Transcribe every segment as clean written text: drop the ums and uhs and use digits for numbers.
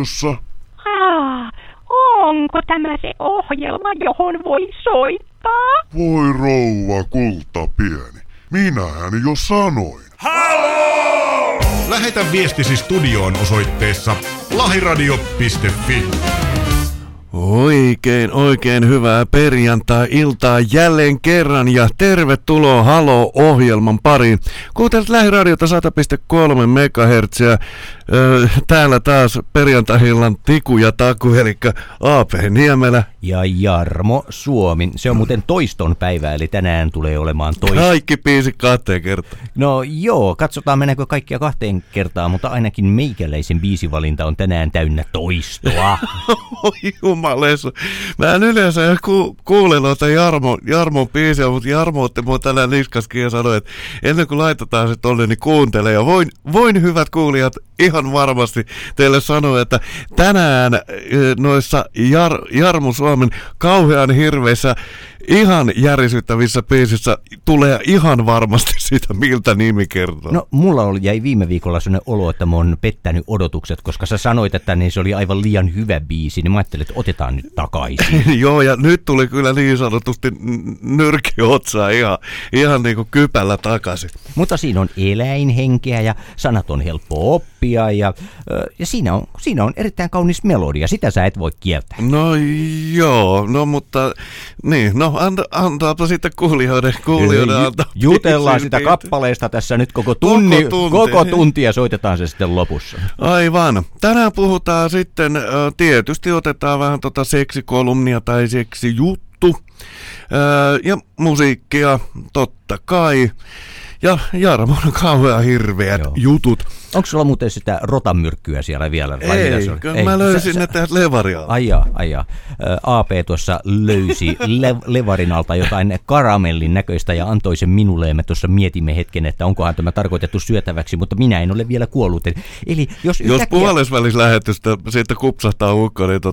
radiossa. Onko tämä se ohjelma, johon voi soittaa? Voi rouva kulta pieni, minähän jo sanoin. Halo! Lähetä viestisi studioon osoitteessa lahiradio.fi. Oikein hyvää perjantai-iltaa jälleen kerran ja tervetuloa Halo-ohjelman pariin. Kuuntelet Lähiradiota 100,3 MHz. Täällä taas perjantai-illan Tiku ja Taku, eli A.P. Niemelä. Ja Jarmo Suomi. Se on muuten toiston päivä, eli tänään tulee olemaan Kaikki biisi 2 kertaa. No joo, katsotaan mennäänkö kaikkia 2 kertaa, mutta ainakin meikäläisen biisivalinta on tänään täynnä toistoa. Oi jumaleissa. Mä en yleensä kuule noita Jarmon biisiä, mutta Jarmo otti mua tänään niskaskin ja sanoi, että ennen kuin laitetaan se tonne, niin kuuntele. Ja voin hyvät kuulijat ihan varmasti teille sanoa, että tänään noissa Jarmo Suomen kauhean hirveissä, ihan järisyttävissä biisissä tulee ihan varmasti sitä, miltä nimi kertoo. No mulla jäi viime viikolla sellainen olo, että mä oon pettänyt odotukset, koska sä sanoit, että niin se oli aivan liian hyvä biisi, niin mä ajattelin, että otetaan nyt takaisin. Joo, ja nyt tuli kyllä niin sanotusti nyrki otsaan ihan niin kuin kypällä takaisin. Mutta siinä on eläinhenkeä ja sanat on helppo oppia ja siinä on erittäin kaunis melodia, sitä sä et voi kieltää. No joo, no mutta niin, no antaapa sitten kuulijoiden antaa. Jutellaan sitä kappaleesta tässä nyt koko tunti ja soitetaan se sitten lopussa. Aivan. Tänään puhutaan sitten, tietysti otetaan vähän seksikolumnia tai seksijuttu ja musiikkia totta kai. Ja Jarmo on kauhean hirveät jutut. Onko sulla muuten sitä rotamyrkkyä siellä vielä? Ei, mä löysin ne tähän levarialta. Ai jaa. AP tuossa löysi levarin alta jotain karamellin näköistä ja antoi sen minulle. Ja me tuossa mietimme hetken, että onkohan tämä tarkoitettu syötäväksi, mutta minä en ole vielä kuollut. Eli jos puolesvälis lähetystä siitä kupsahtaa ukko, niin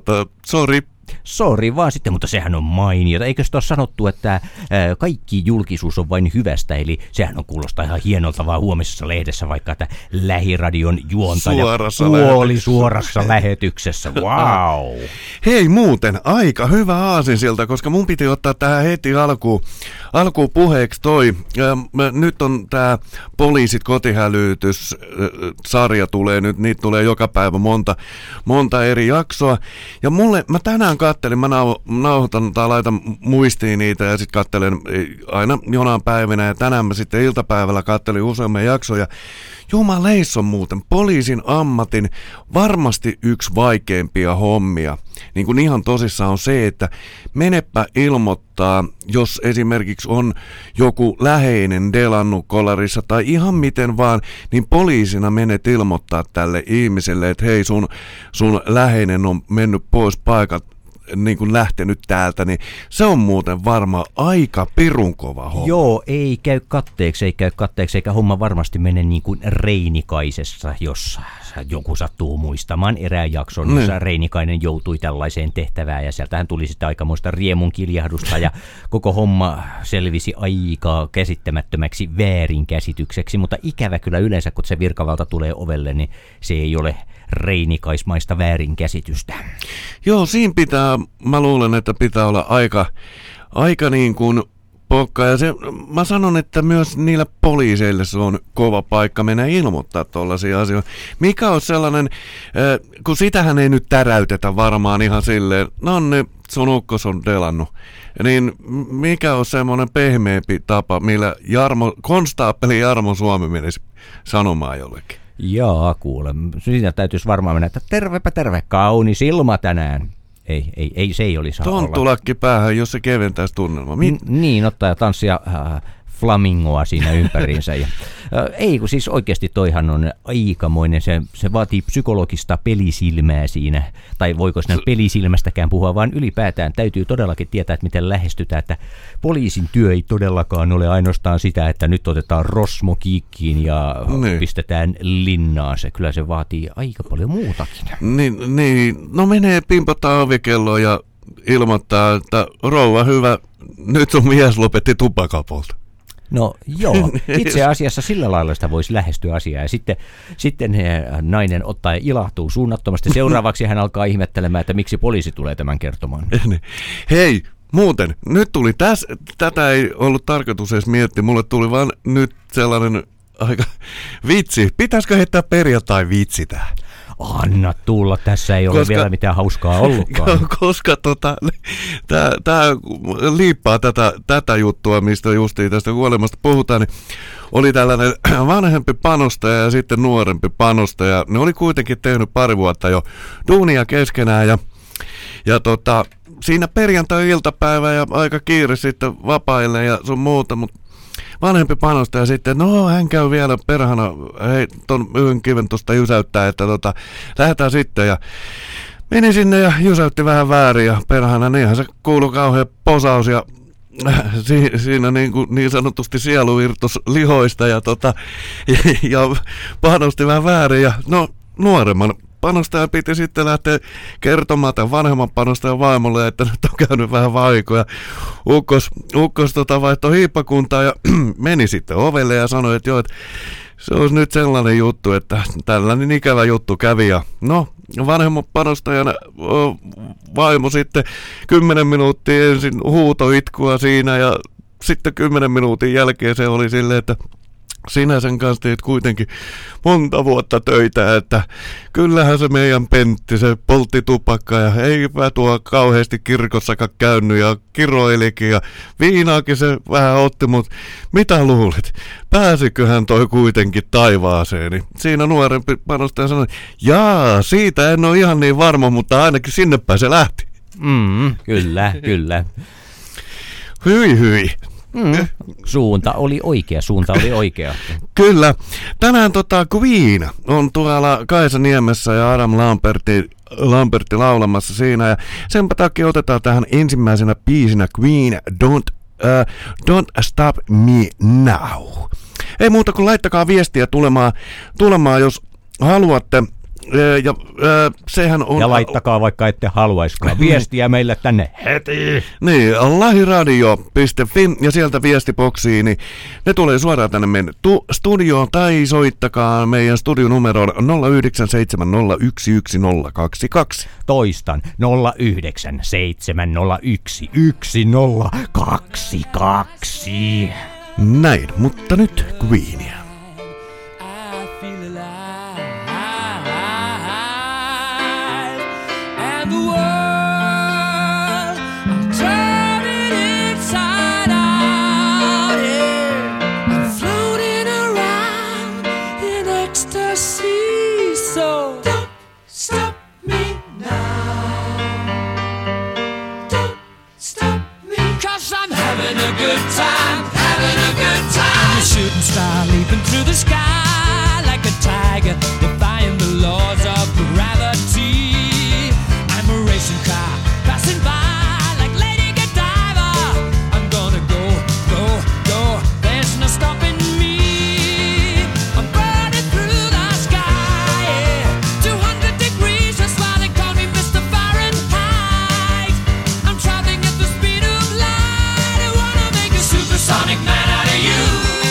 Sori vaan sitten, mutta sehän on mainiota. Eikö sitä ole sanottu, että kaikki julkisuus on vain hyvästä, eli sehän on kuulostaa ihan hienolta vaan huomisessa lehdessä, vaikka että Lähiradion juontaja kuoli suorassa lähetyksessä. Wow! Hei muuten, aika hyvä aasinsilta, koska mun piti ottaa tähän heti alkuun puheeksi toi. Nyt on tää Poliisit kotihälytys-sarja tulee nyt, niitä tulee joka päivä monta eri jaksoa. Ja mä tänään kattelin, mä nauhoitan tai laitan muistiin niitä ja sitten kattelen aina jonain päivinä ja tänään mä sitten iltapäivällä kattelin useamman jaksoja. Jumaleissa on muuten poliisin ammatin varmasti yksi vaikeimpia hommia. Niin kuin ihan tosissaan on se, että menepä ilmoittaa, jos esimerkiksi on joku läheinen delannut kolarissa tai ihan miten vaan, niin poliisina menet ilmoittaa tälle ihmiselle, että hei sun läheinen on mennyt pois paikat, niin kuin lähtenyt täältä, niin se on muuten varmaan aika pirun kova homma. Joo, ei käy katteeksi, eikä homma varmasti mene niin kuin Reinikaisessa, jos joku sattuu muistamaan erään jakson, jossa Reinikainen joutui tällaiseen tehtävään, ja sieltähän tuli sitten aikamoista riemun kiljahdusta, ja koko homma selvisi aika käsittämättömäksi väärinkäsitykseksi, mutta ikävä kyllä yleensä, kun se virkavalta tulee ovelle, niin se ei ole reinikaismaista väärinkäsitystä. Joo, siinä mä luulen, että pitää olla aika niin kuin pokka. Ja mä sanon, että myös niillä poliiseille se on kova paikka mennä ilmoittaa tollaisia asioita. Mikä on sellainen, kun sitähän ei nyt täräytetä varmaan ihan silleen, no ne sun ukkos on delannut. Niin mikä on semmoinen pehmeämpi tapa, millä konstaapeli Jarmo Suomi menisi sanomaan jollekin? Jaa, kuule. Siinä täytyisi varmaan mennä, että terve, kaunis ilma tänään. Ei, se ei olisi olla. Tonttulakki päähän, jos se keventäisi tunnelma. Niin, ottaa ja tanssia flamingoa siinä ympäriinsä. Ei, kun siis oikeasti toihan on aikamoinen, se vaatii psykologista pelisilmää siinä, tai voiko sinä pelisilmästäkään puhua, vaan ylipäätään täytyy todellakin tietää, että miten lähestytään, että poliisin työ ei todellakaan ole ainoastaan sitä, että nyt otetaan rosmo kiikkiin ja pistetään linnaan, kyllä se vaatii aika paljon muutakin. Niin. No menee pimpottaa ovikelloa ja ilmoittaa, että rouva hyvä, nyt sun mies lopetti tupakapolta. No joo, itse asiassa sillä lailla sitä voisi lähestyä asiaa ja sitten nainen ottaa ja ilahtuu suunnattomasti. Seuraavaksi hän alkaa ihmettelemään, että miksi poliisi tulee tämän kertomaan. Hei, muuten, nyt tuli tätä ei ollut tarkoitus edes miettiä, mulle tuli vaan nyt sellainen aika vitsi. Pitäisikö heittää perjantai-vitsi tähän? Anna tulla, tässä ei ole vielä mitään hauskaa ollutkaan. Koska tämä liippaa tätä juttua, mistä justiin tästä kuolemasta puhutaan, niin oli tällainen vanhempi panostaja ja sitten nuorempi panostaja. Ne oli kuitenkin tehnyt pari vuotta jo duunia keskenään ja siinä perjantai-iltapäivä ja aika kiire sitten vapaille ja sun muuta, mutta vanhempi panostaja sitten, no hän käy vielä perhana, hei ton yhden kiven tuosta jysäyttää, että lähdetään sitten ja meni sinne ja jysäytti vähän väärin ja perhana, niinhän se kuului kauhean posaus ja siinä niin sanotusti sielu irtos lihoista ja panosti vähän väärin ja no nuoremman panostaja piti sitten lähteä kertomaan tämän vanhemman panostajan vaimolle, että nyt on käynyt vähän vaikoja. Ukkos vaihtoi hiippakuntaa ja meni sitten ovelle ja sanoi, että joo, että se olisi nyt sellainen juttu, että tällainen ikävä juttu kävi. Ja no, vanhemman panostajan vaimo sitten 10 minuuttia ensin huutoitkua siinä ja sitten 10 minuutin jälkeen se oli silleen, että sinä sen kanssa teet kuitenkin monta vuotta töitä, että kyllähän se meidän Pentti, se poltti tupakkaa ja eipä tuo kauheasti kirkossakaan käynyt ja kiroilikin ja viinaakin se vähän otti, mutta mitä luulet, pääsiköhän toi kuitenkin taivaaseen? Niin siinä nuorempi panostaja sanoi, jaa, siitä en ole ihan niin varma, mutta ainakin sinne päin se lähti. Kyllä. Hyi. Suunta oli oikea. Kyllä. Tänään Queen on tuolla Kaisaniemessä ja Adam Lambertti laulamassa siinä. Ja senpä takia otetaan tähän ensimmäisenä biisinä Queen Don't Stop Me Now. Ei muuta kuin laittakaa viestiä tulemaan jos haluatte. Sehän on... Ja laittakaa vaikka ette haluaisikaan viestiä meille tänne heti. Niin, lahiradio.fi ja sieltä viestiboksiin, niin ne tulee suoraan tänne meidän studioon tai soittakaa meidän studionumeroon 0970111022. Toistan 0970111022. Näin, mutta nyt Queenia. Shooting star leaping through the sky like a tiger, defying the laws of gravity. I'm a racing car passing by like Lady Godiva. I'm gonna go, there's no stopping me. I'm burning through the sky, yeah. 200 degrees, that's why they call me Mr. Fahrenheit. I'm traveling at the speed of light. I wanna make a supersonic man out of you.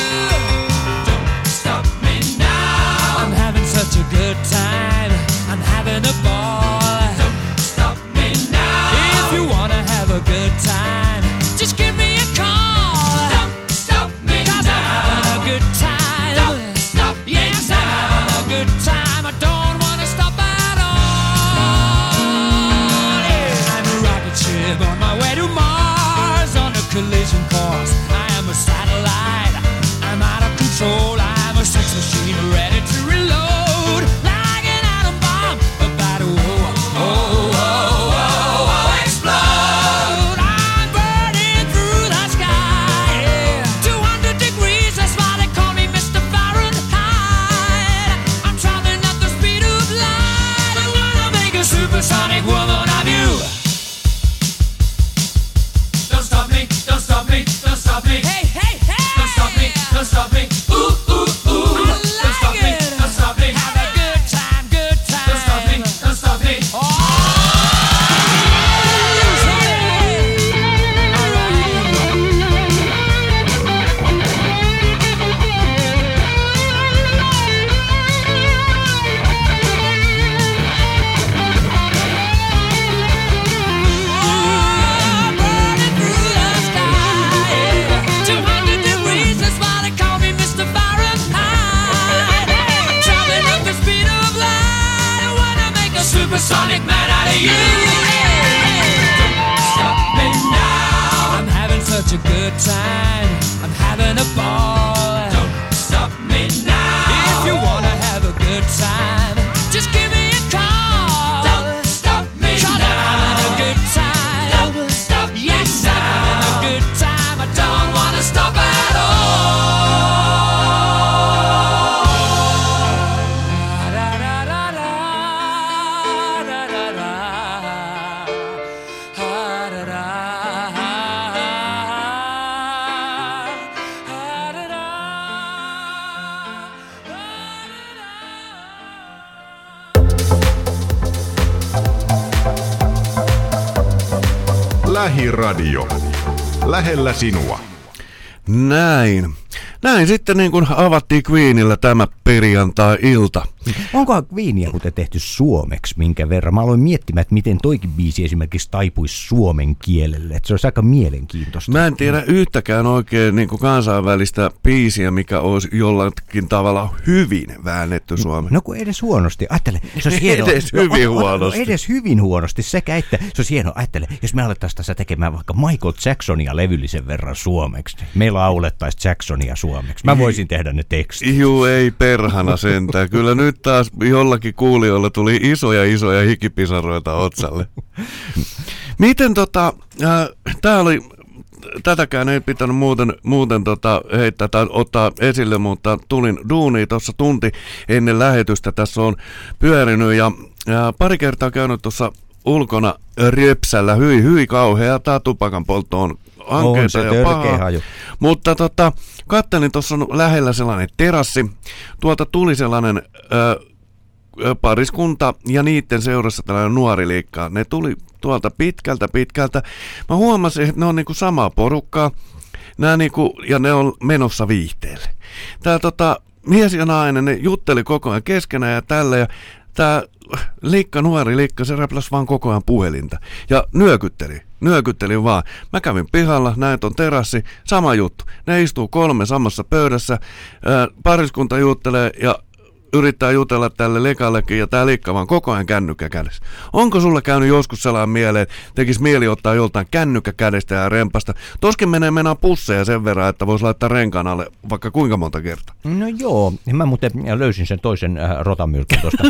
Such a good time, I'm having a ball. Don't stop me now. If you wanna have a good time, just give me a call. Don't stop me 'cause now. I'm having a good time. Don't stop me yes, now. I'm having a good time. I don't wanna stop at all. Yeah. I'm a rocket ship on my way to Mars on a collision course. I am a satellite. I'm out of control. I'm a sex machine ready to reload. Call me having a ball. Don't stop me now. If you wanna have a good time, just give me a call. Don't stop me now. I'm having a good time. Don't stop me now. Yes, I'm having a good time. I don't wanna stop at all. Lähiradio. Lähellä sinua. Näin sitten niin kuin avattiin Queenillä tämä perjantai-ilta. Onkohan Queenia kuten tehty suomeksi minkä verran? Mä aloin miettimään, että miten toikin biisi esimerkiksi taipuisi suomen kielelle. Että se olisi aika mielenkiintoista. Mä en tiedä yhtäkään oikein niin kuin kansainvälistä biisiä, mikä olisi jollakin tavalla hyvin väännetty suomeksi. No kun edes huonosti. Ajattele, se olisi hienoa. Edes hyvin huonosti. Edes hyvin huonosti sekä että se olisi hienoa. Ajattele, jos me alettaisiin tässä tekemään vaikka Michael Jacksonia levyllisen verran suomeksi. Me laulettaisiin Jacksonia suomeksi. Mä voisin tehdä ne tekstit. Juu, ei perhana sentään. Kyllä nyt taas jollakin kuulijoilla tuli isoja hikipisaroita otsalle. Miten tää oli, tätäkään ei pitänyt muuten heittää tai ottaa esille, mutta tulin duuniin tuossa tunti ennen lähetystä. Tässä on pyörinyt ja pari kertaa käynyt tuossa ulkona ryöpsällä. Hyi kauhea. Tää tupakan poltto on ankeita ja pahaa. Mutta kattelin, tuossa on lähellä sellainen terassi. Tuolta tuli sellainen pariskunta ja niiden seurassa tällainen nuori liikkaa. Ne tuli tuolta pitkältä. Mä huomasin, että ne on niinku samaa porukkaa. Ja ne on menossa viihteelle. Tää mies ja nainen, ne jutteli koko ajan keskenään ja tällä ja tää nuori liikka, se räpläsi vaan koko ajan puhelinta. Ja nyökytteli vaan. Mä kävin pihalla, näin ton terassi, sama juttu. Ne istuu 3 samassa pöydässä, pariskunta juttelee ja yrittää jutella tälle likallekin ja tää liikka vaan koko ajan kännykkä kädessä. Onko sulle käynyt joskus sellainen mieleen, tekis mieli ottaa joltain kännykkä kädestä ja rempasta? Toskin menee pusseja sen verran, että vois laittaa renkaan alle vaikka kuinka monta kertaa. No joo, mä muuten löysin sen toisen rotamyrkyn tuosta.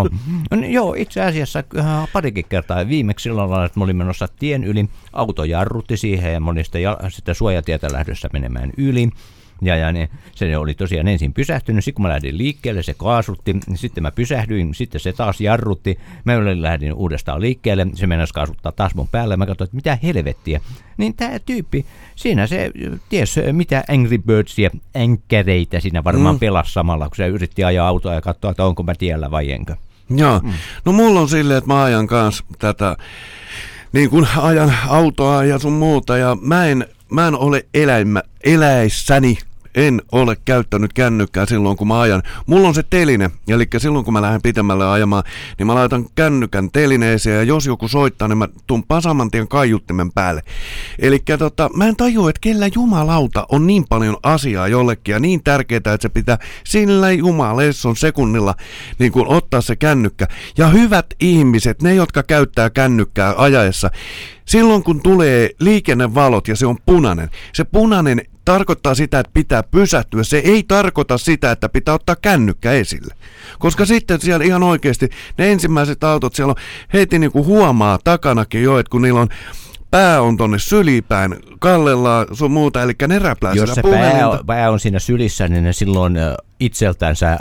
Joo, itse asiassa parikin kertaa. Viimeksi silloin lailla, että mä olin menossa tien yli, auto jarrutti siihen ja mä olin sitten suojatietä lähdössä menemään yli. Ja niin, se oli tosiaan ensin pysähtynyt, sitten kun mä lähdin liikkeelle, se kaasutti, sitten mä pysähdyin, sitten se taas jarrutti, mä lähdin uudestaan liikkeelle, se mennäisi kaasuttaa taas mun päälle, mä katsoin, että mitä helvettiä. Niin tää tyyppi, siinä se ties mitä Angry Birdsia, änkkäreitä siinä varmaan pelasi samalla, kun se yritti ajaa autoa ja katsoa, että onko mä tiellä vai enkö. Joo, no mulla on silleen, että mä ajan kanssa tätä, niin kun ajan autoa ja sun muuta, ja mä en ole eläissäni. En ole käyttänyt kännykkää silloin, kun mä ajan. Mulla on se teline, eli silloin kun mä lähden pitemmälle ajamaan, niin mä laitan kännykän telineeseen, ja jos joku soittaa, niin mä tumpaan saman tien kaiuttimen päälle. Eli mä en tajua, että kellä jumalauta on niin paljon asiaa jollekin, ja niin tärkeää, että se pitää sillä jumalesson sekunnilla niin kuin ottaa se kännykkä. Ja hyvät ihmiset, ne jotka käyttää kännykkää ajaessa, silloin kun tulee liikennevalot ja se on punainen, se punainen tarkoittaa sitä, että pitää pysähtyä. Se ei tarkoita sitä, että pitää ottaa kännykkä esille. Koska sitten siellä ihan oikeasti ne ensimmäiset autot siellä on heti niin kuin huomaa takanakin jo, että kun niillä on pää on tonne sylipäin, kallellaan sun muuta, eli ne räplää jos sitä puhelinta. Jos se pää on siinä sylissä, niin ne silloin itseltänsä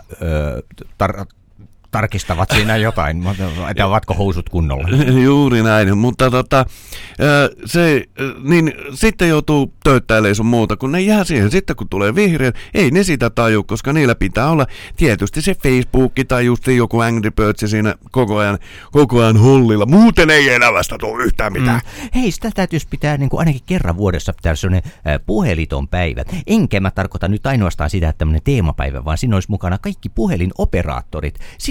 tarkistavat siinä jotain, että ovatko housut kunnolla. Juuri näin, mutta niin sitten joutuu töyttäilemään sun muuta, kun ne jää siihen. Sitten kun tulee vihreät, ei ne sitä taju, koska niillä pitää olla tietysti se Facebook tai just joku Angry Birds siinä koko ajan hollilla. Muuten ei elämästä tule yhtään mitään. Hei, sitä täytyisi pitää niin kuin ainakin kerran vuodessa pitää sellainen puheliton päivä. Enkä mä tarkoita nyt ainoastaan sitä, että tämmöinen teemapäivä, vaan siinä olisi mukana kaikki puhelinoperaattorit. Silloin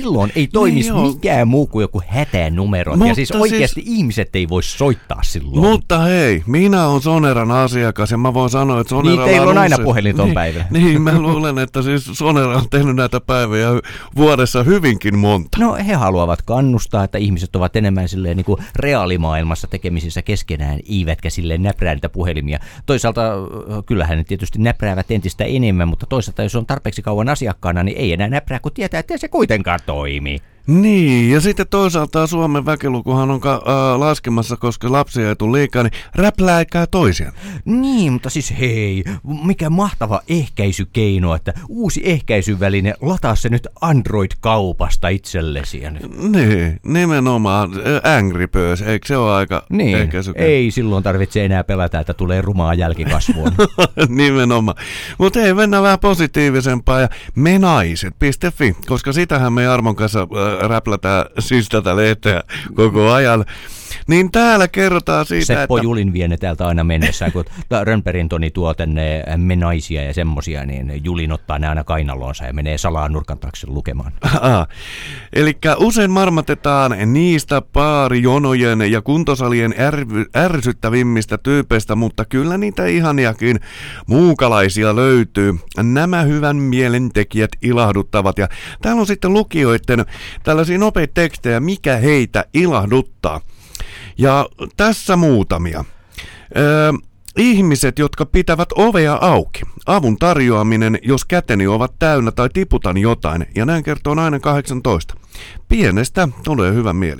silloin ei toimisi mikään muu kuin joku hätänumero. Ja siis oikeasti ihmiset ei voi soittaa silloin. Mutta hei, minä olen Soneran asiakas ja mä voin sanoa, että Soneralla niin, teillä on aina puhelin ton päivänä. Niin, mä luulen, että siis Sonera on tehnyt näitä päiviä vuodessa hyvinkin monta. No he haluavat kannustaa, että ihmiset ovat enemmän silleen niin kuin reaalimaailmassa tekemisissä keskenään, eivätkä silleen näprää niitä puhelimia. Toisaalta kyllähän ne tietysti näpräävät entistä enemmän, mutta toisaalta jos on tarpeeksi kauan asiakkaana, niin ei enää näprää, kun tietää, että se kuitenkaan toimii. Niin, ja sitten toisaalta Suomen väkilukuhan on laskemassa, koska lapsia ei tule liikaa, niin räplääkää toisiaan. Niin, mutta siis hei, mikä mahtava ehkäisykeino, että uusi ehkäisyväline, lataa se nyt Android-kaupasta itsellesi. Niin, nimenomaan Angry Birds, eikö se ole aika ehkäisykeino? Ei silloin tarvitse enää pelätä, että tulee rumaa jälkikasvua. Nimenomaan. Mutta hei, mennään vähän positiivisempaa ja menaiset.fi, koska sitähän me Jarmon kanssa räplätään siis tätä lehteä koko ajan. Niin täällä kerrotaan siitä, Seppo Julin vie ne täältä aina mennessä, kun Rönnbergin Toni tuo tänne menaisia ja semmosia, niin Julin ottaa ne aina kainaloonsa ja menee salaa nurkan taakse lukemaan. Elikkä usein marmatetaan niistä paarijonojen ja kuntosalien ärsyttävimmistä tyypeistä, mutta kyllä niitä ihaniakin muukalaisia löytyy. Nämä hyvän mielen tekijät ilahduttavat ja täällä on sitten lukijoiden tällaisia nopeita tekstejä, mikä heitä ilahduttaa. Ja tässä muutamia. Ihmiset, jotka pitävät ovea auki. Avun tarjoaminen, jos käteni ovat täynnä tai tiputan jotain. Ja näin kertoo nainen 18. Pienestä tulee hyvä mieli.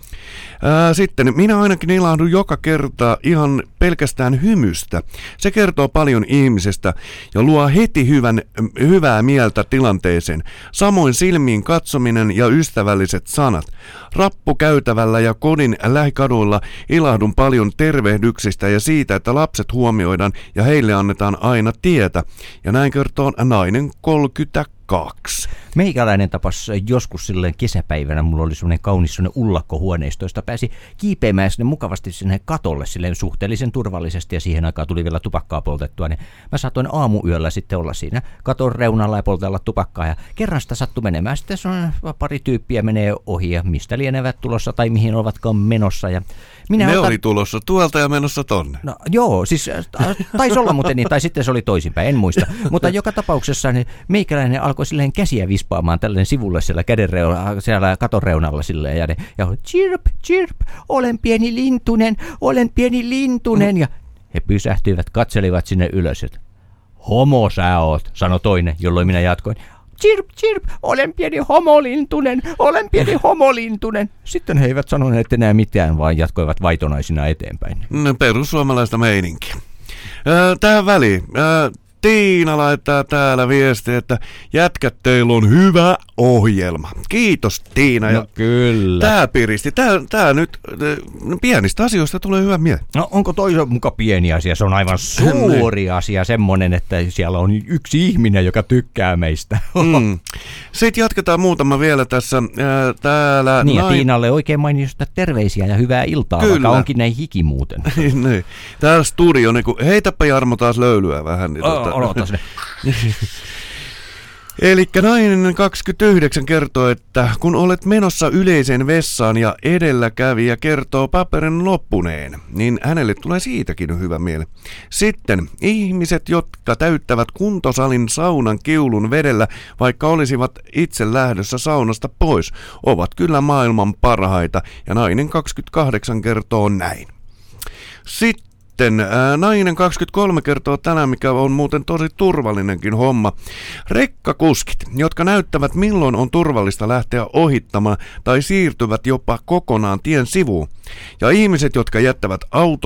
Sitten minä ainakin ilahdun joka kerta ihan pelkästään hymystä. Se kertoo paljon ihmisestä ja luo heti hyvää mieltä tilanteeseen. Samoin silmiin katsominen ja ystävälliset sanat. Rappukäytävällä ja kodin lähikaduilla ilahdun paljon tervehdyksistä ja siitä, että lapset huomioidaan ja heille annetaan aina tietä. Ja näin kertoo nainen 32. Meikäläinen tapas joskus silleen kesäpäivänä, mulla oli semmoinen kaunis semmoinen ullakkohuoneisto, josta pääsi kiipeämään sinne mukavasti sinne katolle silleen suhteellisen turvallisesti ja siihen aikaan tuli vielä tupakkaa poltettua, niin mä saatoin aamuyöllä sitten olla siinä katon reunalla ja poltella tupakkaa ja kerran sitä sattui menemään. Sitten pari tyyppiä menee ohi ja mistä lienevät tulossa tai mihin ovatkaan menossa ja oli tulossa tuolta ja menossa tonne. No joo, siis taisi olla muuten niin, tai sitten se oli toisinpäin, en muista. Mutta joka tapauksessa niin meikäläinen alkoi silleen käsiä vispaamaan tälleen sivulle siellä katon reunalla silleen. Ja chirp, chirp, olen pieni lintunen. Ja he pysähtyivät, katselivat sinne ylös. Homo sä oot, sanoi toinen, jolloin minä jatkoin. Chirp, chirp, olen pieni homolintunen. Sitten he eivät sanoneet enää mitään, vaan jatkoivat vaitonaisina eteenpäin. Perussuomalaista meininkiä. Tähän väliin. Tiina laittaa täällä viestiä, että jätkät, teillä on hyvä ohjelma. Kiitos Tiina. No kyllä. Tää piristi. Tää nyt pienistä asioista tulee hyvä mieli. No onko toisaalta muka pieni asia? Se on aivan suuri asia, semmonen, että siellä on yksi ihminen, joka tykkää meistä. Sitten jatketaan muutama vielä tässä. Täällä niin ja Tiinalle oikein mainiosta terveisiä ja hyvää iltaa, kyllä. Vaikka onkin näin hiki muuten. Niin. Täällä studio, niin heitäpä Jarmo taas löylyä vähän. Niin Elikkä nainen 29 kertoo, että kun olet menossa yleiseen vessaan ja edelläkävijä kertoo paperin loppuneen, niin hänelle tulee siitäkin hyvä mieli. Sitten ihmiset, jotka täyttävät kuntosalin saunan kiulun vedellä, vaikka olisivat itse lähdössä saunasta pois, ovat kyllä maailman parhaita ja nainen 28 kertoo näin. Sitten nainen 23 kertoo tänään, mikä on muuten tosi turvallinenkin homma. Rekkakuskit, jotka näyttävät milloin on turvallista lähteä ohittamaan tai siirtyvät jopa kokonaan tien sivuun. Ja ihmiset, jotka jättävät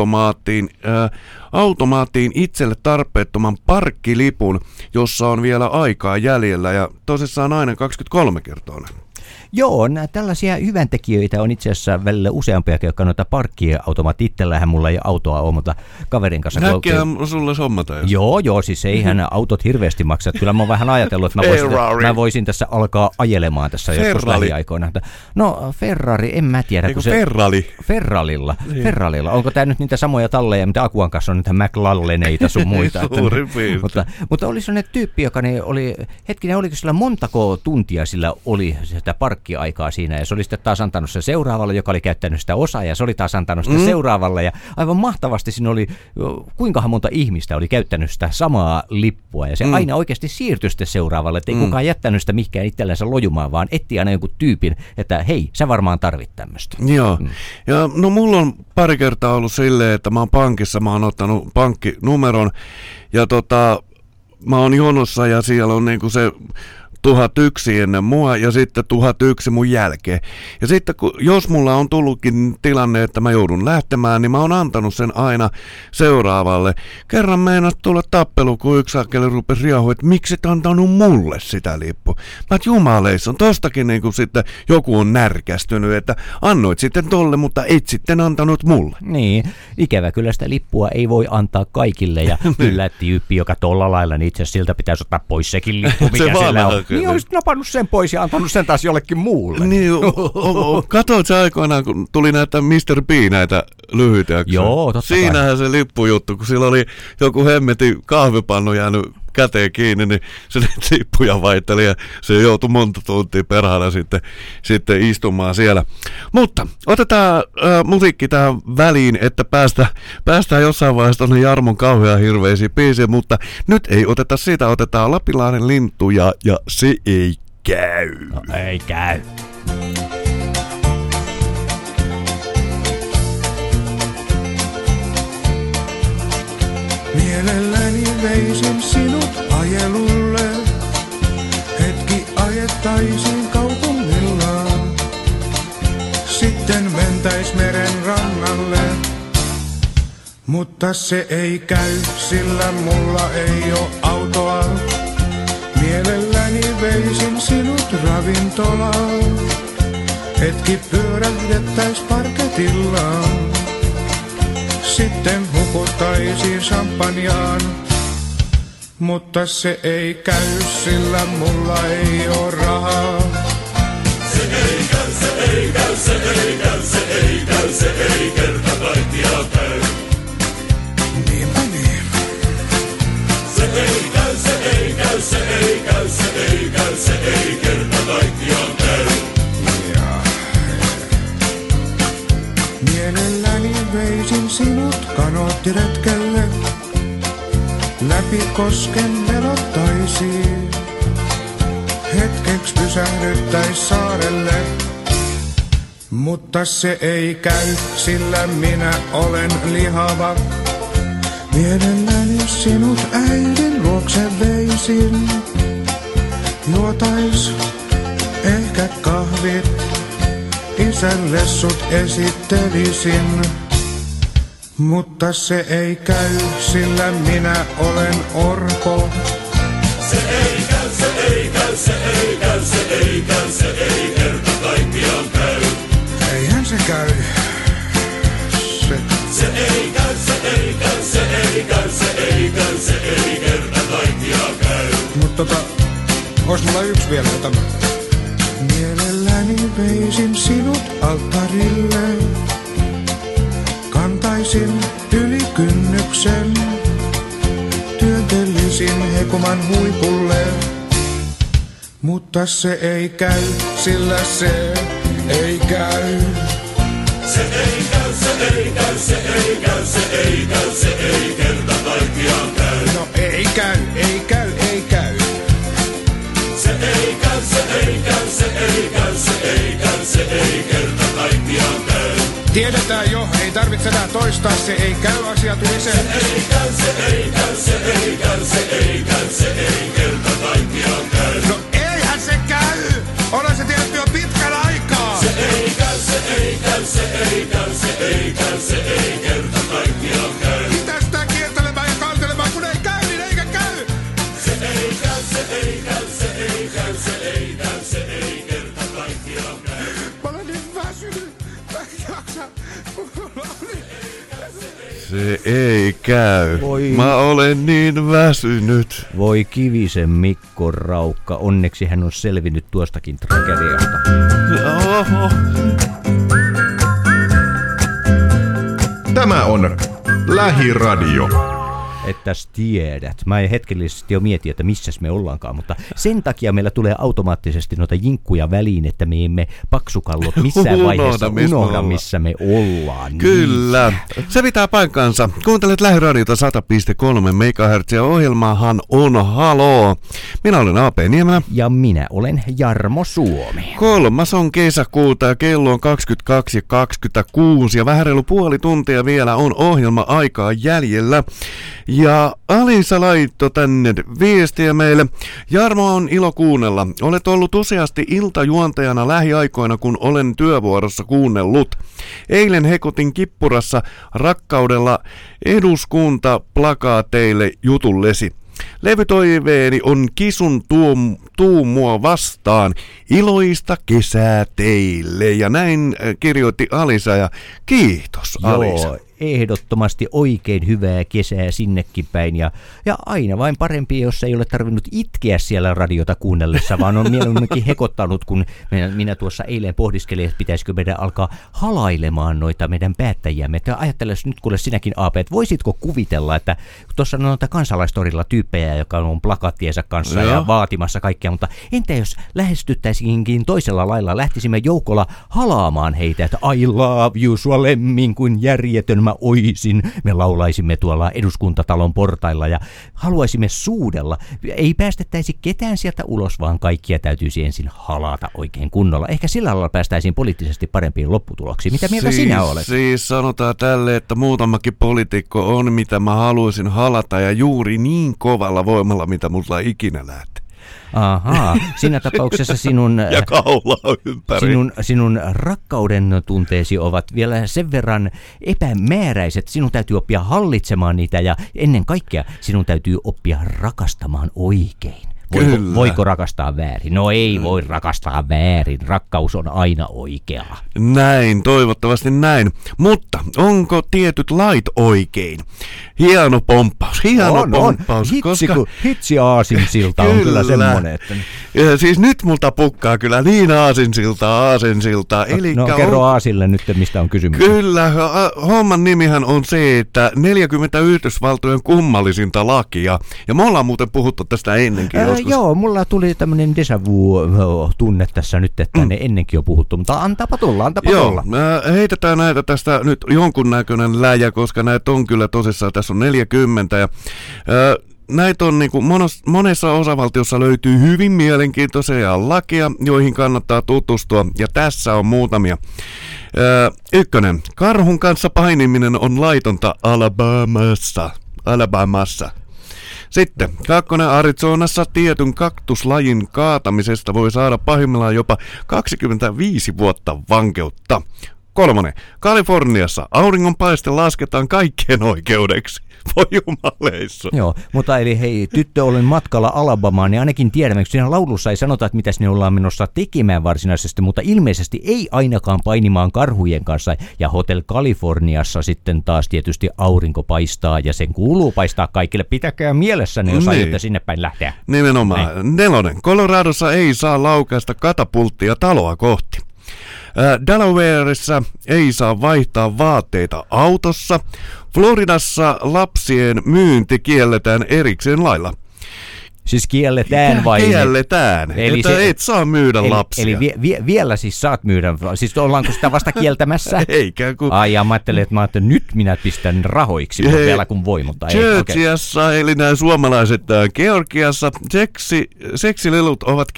automaattiin itselle tarpeettoman parkkilipun, jossa on vielä aikaa jäljellä. Ja tosissaan nainen 23 kertoo näin. Joo, tällaisia hyväntekijöitä on itse asiassa välillä useampiakin, jotka noita parkkiautomaat itsellähän mulla ei autoa ole, mutta kaverin kanssa. Näkkihän sulle hommata. Joo, siis eihän autot hirveästi maksa. Kyllä mä oon vähän ajatellut, että mä voisin tässä alkaa ajelemaan tässä joskus lähiaikoina. No Ferrari, en mä tiedä. Eikö Ferrari? Ferrarilla. Onko tää nyt niitä samoja talleja, mitä Akuan kanssa on näitä McLalleneita sun muita. Suurin piirtein. Mutta oli sellainen tyyppi, joka oli, hetkinen, oliko sillä montako tuntia sillä oli sitä parkkiaikaa siinä, ja se oli sitten taas antanut sen seuraavalle, joka oli käyttänyt sitä osaa, ja se oli taas antanut sitä seuraavalle, ja aivan mahtavasti siinä oli, kuinkahan monta ihmistä oli käyttänyt sitä samaa lippua, ja se aina oikeasti siirtyi sitten seuraavalle, ettei kukaan jättänyt sitä mihinkään itsellensä lojumaan, vaan etti aina jonkun tyypin, että hei, sä varmaan tarvit tämmöistä. Joo, ja no mulla on pari kertaa ollut silleen, että mä oon pankissa, mä oon ottanut pankkinumeron, ja mä oon jonossa, ja siellä on niinku se 1001 ennen mua ja sitten 1001 mun jälkeen. Ja sitten jos mulla on tullutkin tilanne, että mä joudun lähtemään, niin mä oon antanut sen aina seuraavalle. Kerran meinas tulla tappelu, kun yksi akkeli rupesi riahua, että miksi et antanut mulle sitä lippua. Mä et jumaleissa, tostakin niin kuin sitten joku on närkästynyt, että annoit sitten tolle, mutta et sitten antanut mulle. Niin, ikävä kyllä sitä lippua ei voi antaa kaikille ja kyllä tyyppi, joka tolla lailla, niin itse asiassa siltä pitäisi ottaa pois sekin lippu, mikä se sillä on. Niin olisit napannut sen pois ja antanut sen taas jollekin muulle. Niin, katsoit sä aikoinaan, kun tuli näitä Mr. B näitä lyhyitä jaksoja? Joo, totta Siinähän kai. se lippujuttu, kun sillä oli joku hemmetin kahvipannu jäänyt käteen kiinni, niin se lippuja vaihteli ja se joutui monta tuntia perhana sitten istumaan siellä. Mutta otetaan musiikki tähän väliin, että päästään jossain vaiheessa tuonne Jarmon kauhean hirveisiin biisiin, mutta nyt ei oteta sitä, otetaan Lapinlahden lintuja ja se ei käy. No, ei käy. Mielelläni veisin sinut ajelulle, hetki ajettaisiin kaupungilla, sitten mentäis meren rannalle. Mutta se ei käy, sillä mulla ei oo autoa. Mielelläni veisin sinut ravintolaan, hetki pyörähdettäis parketilla. Sitten hukuttaisiin champanjaan, mutta se ei käy, sillä mulla ei oo rahaa. Se ei käy, se ei käy, se ei käy, se ei käy, se ei kerta kaikkiaan käy. Niinpä niin. Se ei käy, se ei käy, se ei käy, se ei käy, se ei kerta kaikkiaan käy. Mielelläni veisin sinut kanoottiretkelle, läpi kosken velottaisiin, hetkeksi pysähdyttäis saarelle. Mutta se ei käy, sillä minä olen lihava. Mielelläni sinut äidin luokse veisin, juotais ehkä kahvit, isälle sut esittelisin. Mutta se ei käy, sillä minä olen orpo. Se ei käy, se ei käy, se ei käy, se ei käy, se ei kerta kaikkiaan käy. Eihän se käy. Se ei käy, se ei käy, se ei käy, se ei käy, se ei kerta kaikkiaan käy. Mut ois mulla yksi vielä tämä. Mielelläni veisin sinut alttarille, kantaisin yli kynnyksen, työntelisin hekuman huipulle. Mutta se ei käy, sillä se ei käy. Se ei käy, se ei käy, se ei käy, se ei käy, se ei kerta kaikkiaan käy. No ei käy, ei käy, ei käy. Se ei käy, se ei käy, se ei käy, se ei käy, se ei kerta kaikkiaan käy. Tiedetään jo, ei tarvitse enää toistaa, se ei käy, asia tuli se. Se ei käy, se ei käy, se ei käy, se ei käy, se ei kerta kaikkiaan käy. No eihän se käy, olen se tiedetty jo pitkän aikaa. Se ei käy, se ei käy, se ei käy, se ei käy, se ei kerta kaikkiaan käy. Mitä sitä kiertelemään ja kantelemaan, kun ei käy, niin eikä käy. Se ei käy, se ei käy, se ei käy, se ei käy, se ei kerta kaikkiaan käy. Mä olen niin väsynyt, mä en jaksa. Se ei käy. Mä olen niin väsynyt. Voi Kivisen Mikko Raukka, onneksi hän on selvinnyt tuostakin tragediasta. Tämä on Lähiradio. Ettäs tiedät. Mä en hetkellisesti jo mieti, että missäs me ollaankaan, mutta sen takia meillä tulee automaattisesti noita jinkkuja väliin, että me emme paksukallot missään vaiheessa unohda, missä me ollaan. Kyllä. Se pitää paikkansa. Kuuntelet Lähiradiota 100.3 MHz ja ohjelmahan on Haloo. Minä olen A.P. Niemelä. Ja minä olen Jarmo Suomi. 3. on kesäkuuta ja kello on 22:26 ja vähän reilu puoli tuntia vielä on ohjelma-aikaa jäljellä. Ja Alisa laittoi tänne viestiä meille. Jarmo, on ilo kuunnella. Olet ollut useasti iltajuontajana lähiaikoina, kun olen työvuorossa kuunnellut. Eilen hekutin kippurassa rakkaudella eduskuntaplakaateille jutullesi. Levytoiveeni on Kisun tuumua vastaan. Iloista kesää teille. Ja näin kirjoitti Alisa ja kiitos Alisa. Joo, ehdottomasti oikein hyvää kesää sinnekin päin ja aina vain parempi, jos ei ole tarvinnut itkeä siellä radiota kuunnellessa, vaan on mieluumminkin hekottanut, kun minä tuossa eilen pohdiskelin, että pitäisikö meidän alkaa halailemaan noita meidän päättäjiämme. Että ajatteles nyt kuule sinäkin AP, että voisitko kuvitella, että tuossa on noita kansalaistorilla tyyppejä, joka on plakattiensa kanssa ja vaatimassa kaikkea, mutta entä jos lähestyttäisiinkin toisella lailla, lähtisimme joukolla halaamaan heitä, että I love you, sua lemmin kuin järjetön mä oisin. Me laulaisimme tuolla eduskuntatalon portailla ja haluaisimme suudella. Ei päästettäisi ketään sieltä ulos, vaan kaikkia täytyisi ensin halata oikein kunnolla. Ehkä sillä lailla päästäisiin poliittisesti parempiin lopputuloksiin. Mitä mieltä sinä olet? Siis sanotaan tälle, että muutamakin poliitikko on, mitä mä haluaisin halata ja juuri niin kovalla voimalla, mitä mulla ikinä lähtee. Ahaa, siinä tapauksessa sinun, ja kaula ympäri. Sinun rakkauden tunteesi ovat vielä sen verran epämääräiset. Sinun täytyy oppia hallitsemaan niitä ja ennen kaikkea sinun täytyy oppia rakastamaan oikein. Voiko rakastaa väärin? No ei voi rakastaa väärin. Rakkaus on aina oikea. Näin, toivottavasti näin. Mutta onko tietyt lait oikein? Hieno pomppaus, pomppaus. Hitsi aasinsilta on kyllä semmoinen. Että... Ja siis nyt multa pukkaa kyllä niin aasinsiltaa. No kerro Aasille nyt, mistä on kysymys. Kyllä, homman nimihän on se, että 40 Yhdysvaltojen kummallisinta lakia. Ja me ollaan muuten puhuttu tästä ennenkin joskus. Joo, mulla tuli tämmönen déjà vu-tunne tässä nyt, että ne ennenkin on puhuttu, mutta antaapa tulla. Joo, heitetään näitä tästä nyt jonkunnäköinen läjä, koska näitä on kyllä tosissaan, tässä on 40 ja näitä on niin kuin monessa osavaltiossa löytyy hyvin mielenkiintoisia lakeja, joihin kannattaa tutustua ja tässä on muutamia. 1. Karhun kanssa painiminen on laitonta Alabamassa. Sitten 2. Arizonassa tietyn kaktuslajin kaatamisesta voi saada pahimmillaan jopa 25 vuotta vankeutta. 3. Kaliforniassa auringonpaiste lasketaan kaikkien oikeudeksi. Voi jumaleissa. Joo, mutta eli hei, tyttö olen matkalla Alabamaan, niin ainakin tiedämme, kun siinä laulussa ei sanota, että mitäs ne ollaan menossa tekemään varsinaisesti, mutta ilmeisesti ei ainakaan painimaan karhujen kanssa. Ja Hotel Californiassa sitten taas tietysti aurinko paistaa ja sen kuuluu paistaa kaikille. Pitäkää mielessänne, jos aiotte sinne päin lähteä. Nimenomaan. 4. Coloradossa ei saa laukaista katapulttia taloa kohti. Delawareissa ei saa vaihtaa vaatteita autossa. Floridassa lapsien myynti kielletään erikseen lailla. Siis kielletään vai? Kielletään, eli että et saa myydä lapsia. Eli vielä siis saat myydä, siis ollaanko sitä vasta kieltämässä? Eikä kun... Ai ja mä ajattelin, että nyt minä pistän rahoiksi, mutta vielä kun voi, mutta ei. Georgiassa, okay. Eli nämä suomalaiset Georgiassa, seksilelut ovat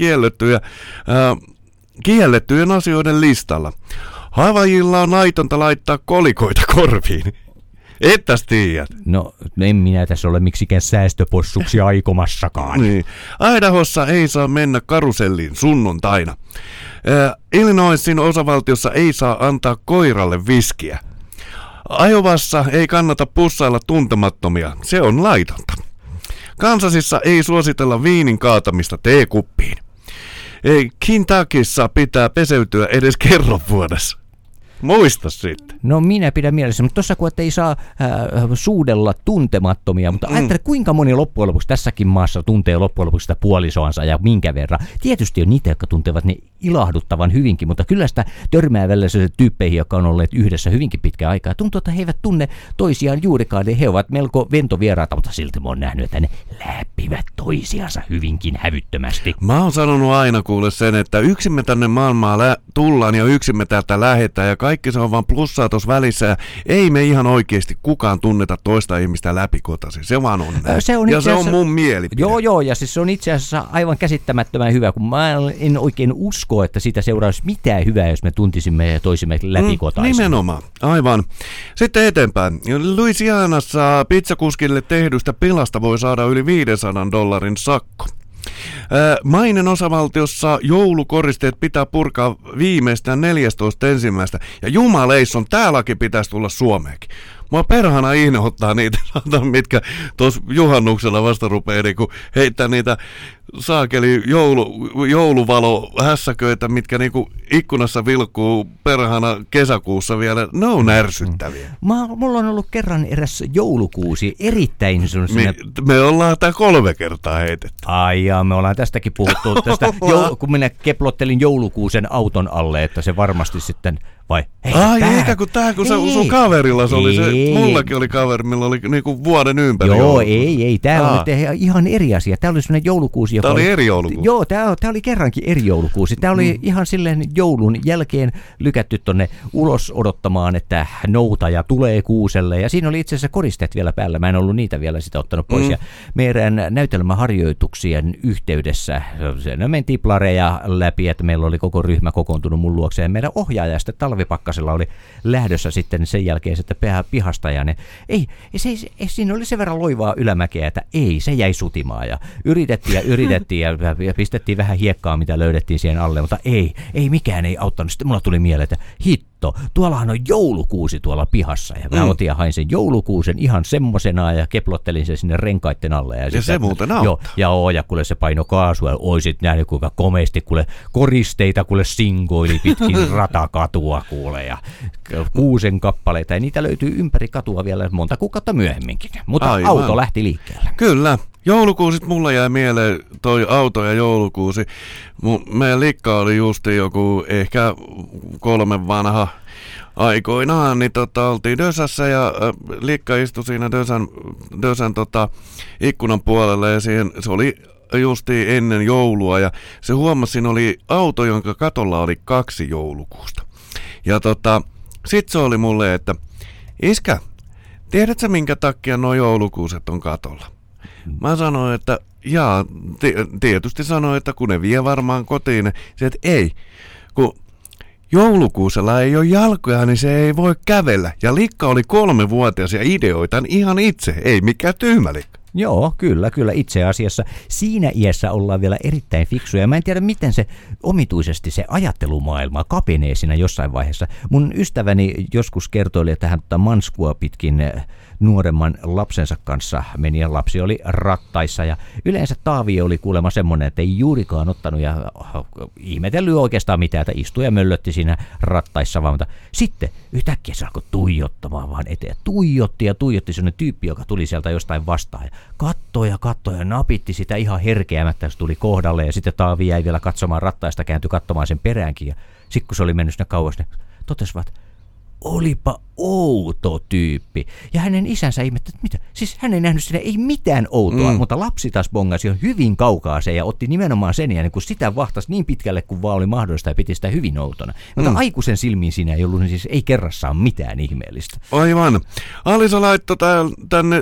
kiellettyjen asioiden listalla. Havaijilla on laitonta laittaa kolikoita korviin. Ettäs tiedät. No, en minä tässä ole miksikään säästöpossuksi aikomassakaan. Niin. Idahossa ei saa mennä karuselliin sunnuntaina. Illinoisin osavaltiossa ei saa antaa koiralle viskiä. Iowassa ei kannata pussailla tuntemattomia. Se on laitonta. Kansasissa ei suositella viinin kaatamista teekuppiin. Kentuckyssa pitää peseytyä edes kerran vuodessa. Muista sitten. No minä pidän mielessä, mutta tuossa kun ei saa suudella tuntemattomia, mutta ajattele kuinka moni loppujen lopuksi tässäkin maassa tuntee loppujen lopuksi sitä puolisoansa ja minkä verran. Tietysti on niitä, jotka tuntevat ne ilahduttavan hyvinkin, mutta kyllä sitä törmää välillä sellaisia tyyppeihin, jotka on olleet yhdessä hyvinkin pitkään aikaa. Tuntuu, että he eivät tunne toisiaan juurikaan, he ovat melko ventovieraita, mutta silti mä oon nähnyt, että ne läppivät toisiansa hyvinkin hävyttömästi. Mä oon sanonut aina kuule sen, että yksin me tänne maailmaan tullaan ja yksin me täältä lähetään ja kaikki se on vaan plussaa tuossa välissä ja ei me ihan oikeasti kukaan tunneta toista ihmistä läpikotaisin. Se vaan on näin. Se on mun mielipide. Joo, ja siis se on itse asiassa aivan käsittämättömän hyvä, kun mä en oikein usko, että siitä seuraisi mitään hyvää, jos me tuntisimme toisimme läpikotaisin. Nimenomaan, aivan. Sitten eteenpäin. Louisianassa pizzakuskille tehdystä pilasta voi saada yli $500 sakko. Mainen osavaltiossa joulukoristeet pitää purkaa viimeistään 14.1. Ja jumaleisson, tää laki pitäisi tulla Suomeenkin. Mua perhana inhottaa niitä, mitkä tuossa juhannuksella vasta rupeaa niinku heittää niitä saakeli jouluvalo-hässäköitä, mitkä niinku ikkunassa vilkkuu perhana kesäkuussa vielä. Ne on ärsyttäviä. Mulla on ollut kerran eräs joulukuusi, erittäin sellainen... Me ollaan tää 3 kertaa heitetty. Ai jaa, me ollaan tästäkin puhuttu, kun minä keplottelin joulukuusen auton alle, että se varmasti sitten... Vai? Eikä kun sun kaverilla se oli se, mullakin oli kaveri, millä oli niinku vuoden ympäri. Joo, joulukuusi. ei, tää on nyt ihan eri asia. Tää oli sellainen joulukuusi, joka Tää oli eri joulukuusi. Joo, tää oli kerrankin eri joulukuusi. Tää oli ihan silleen joulun jälkeen lykätty tonne ulos odottamaan, että noutaja tulee kuuselle. Ja siinä oli itse asiassa koristeet vielä päällä. Mä en ollut niitä vielä sitä ottanut pois. Ja meidän näytelmäharjoituksien yhteydessä me mentiin plareja läpi, että meillä oli koko ryhmä kokoontunut mun luokse. Ja meidän ohjaaja sitten Talvipakkasella oli lähdössä sitten sen jälkeen sitten pihasta ja siinä oli sen verran loivaa ylämäkeä, että ei, se jäi sutimaan ja yritettiin ja pistettiin vähän hiekkaa, mitä löydettiin siihen alle, mutta ei mikään ei auttanut. Sitten mulla tuli mieleen, että hitto, tuollahan on joulukuusi tuolla pihassa ja mä otin ja hain sen joulukuusen ihan semmosena ja keplottelin sen sinne renkaitten alle. Ja se muuten auttaa. Ja kuule se paino kaasua ja oisit nähnyt kuinka komeasti kuule koristeita kuule singoili pitkin ratakatua kuule ja kuusen kappaleita ja niitä löytyy ympäri katua vielä monta kuukautta myöhemminkin, mutta auto lähti liikkeelle. Kyllä. Joulukuusit mulla jäi mieleen toi auto ja joulukuusi. Meidän likka oli justi joku ehkä 3 vanha aikoinaan, niin oltiin Dösässä ja likka istui siinä Dösän ikkunan puolelle ja siihen, se oli justi ennen joulua ja se huomasi, siinä oli auto, jonka katolla oli 2 joulukuusta. Ja sit se oli mulle, että iskä, tiedätkö minkä takia nuo joulukuuset on katolla? Mä sanoin, että tietysti sanoin, että kun ne vie varmaan kotiin, se että ei, kun joulukuusella ei ole jalkoja, niin se ei voi kävellä. Ja likka oli 3-vuotias ja ideoitan ihan itse, ei mikään tyhmä likka. Joo, kyllä. Itse asiassa siinä iässä ollaan vielä erittäin fiksuja. Mä en tiedä, miten se omituisesti se ajattelumaailma kapenee siinä jossain vaiheessa. Mun ystäväni joskus kertoi, että hän manskua pitkin nuoremman lapsensa kanssa meni ja lapsi oli rattaissa. Ja yleensä Taavi oli kuulemma semmoinen, että ei juurikaan ottanut ja ihmetellyt oikeastaan mitään, että istui ja möllötti siinä rattaissa vaan. Mutta sitten yhtäkkiä se alkoi tuijottamaan vaan eteen. Tuijotti sellainen tyyppi, joka tuli sieltä jostain vastaan. Kattoi ja napitti sitä ihan herkeämättä, se tuli kohdalle ja sitten Taavi jäi vielä katsomaan rattaista, kääntyi katsomaan sen peräänkin ja sitten kun se oli mennyt sinne kauas, ne totesivat, olipa outo tyyppi. Ja hänen isänsä ihmetteli, että mitä? Siis hän ei nähnyt siinä ei mitään outoa, mutta lapsi taas bongasi jo hyvin kaukaa se ja otti nimenomaan sen ja kun sitä vahtasi niin pitkälle kuin vaan oli mahdollista ja piti sitä hyvin outona. Mutta aikuisen silmiin siinä ei ollut, niin siis ei kerrassaan mitään ihmeellistä. Aivan. Alisa laittoi tänne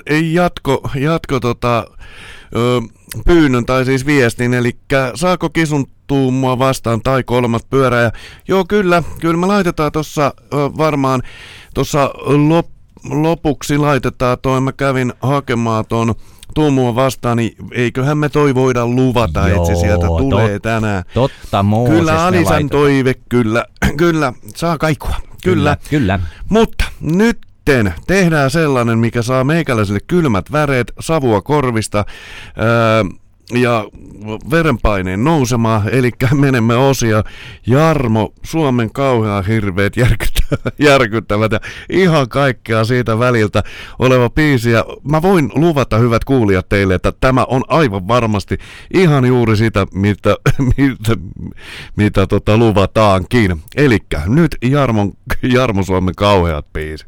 pyynnön tai siis viestin, eli saako kisun mua vastaan tai 3 pyörää. Ja joo, kyllä me laitetaan tuossa varmaan tuossa lopuksi laitetaan mä kävin hakemaan ton Tuumua vastaan, niin eiköhän me toi voida luvata, että se sieltä tulee tänään. Totta, Mooses. Kyllä, Alisan toive, kyllä, saa kaikua. Kyllä. Mutta nyt tehdään sellainen, mikä saa meikäläiselle kylmät väreet, savua korvista. ja verenpaineen nousemaan, eli menemme osia. Jarmo, Suomen kauhean hirveet järkyttävät ja ihan kaikkea siitä väliltä oleva biisi. Ja mä voin luvata, hyvät kuulijat, teille, että tämä on aivan varmasti ihan juuri sitä, mitä luvataankin. Elikkä nyt Jarmo Suomen kauheat biisit.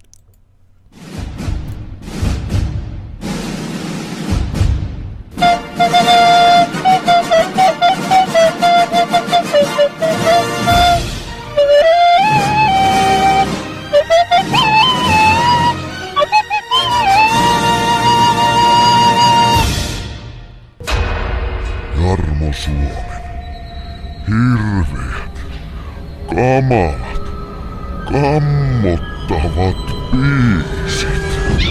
Jarmo Suomen hirveät, kamalat, kammottavat biisit.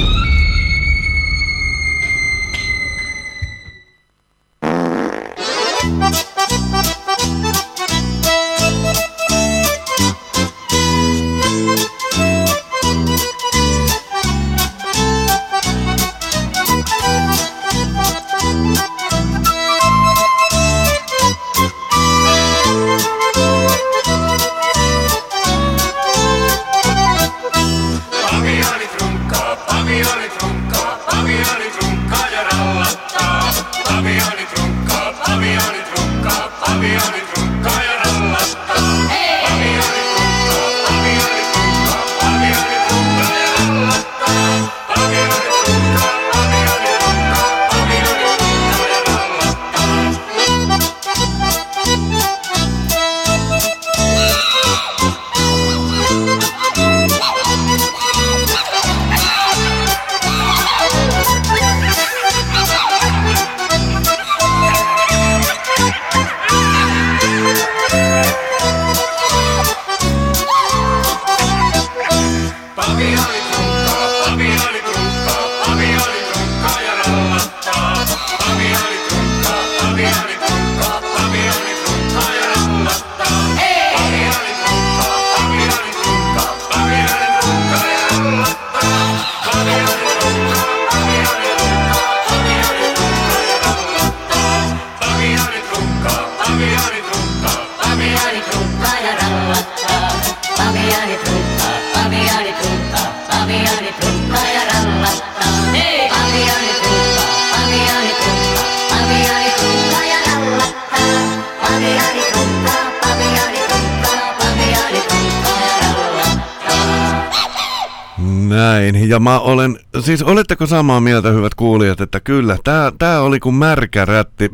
Näin, ja mä olen, siis oletteko samaa mieltä, hyvät kuulijat, että kyllä, tää oli kuin märkä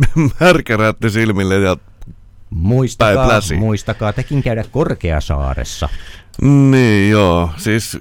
rätti silmille ja Muistakaa tekin käydä Korkeasaaressa. Niin joo, siis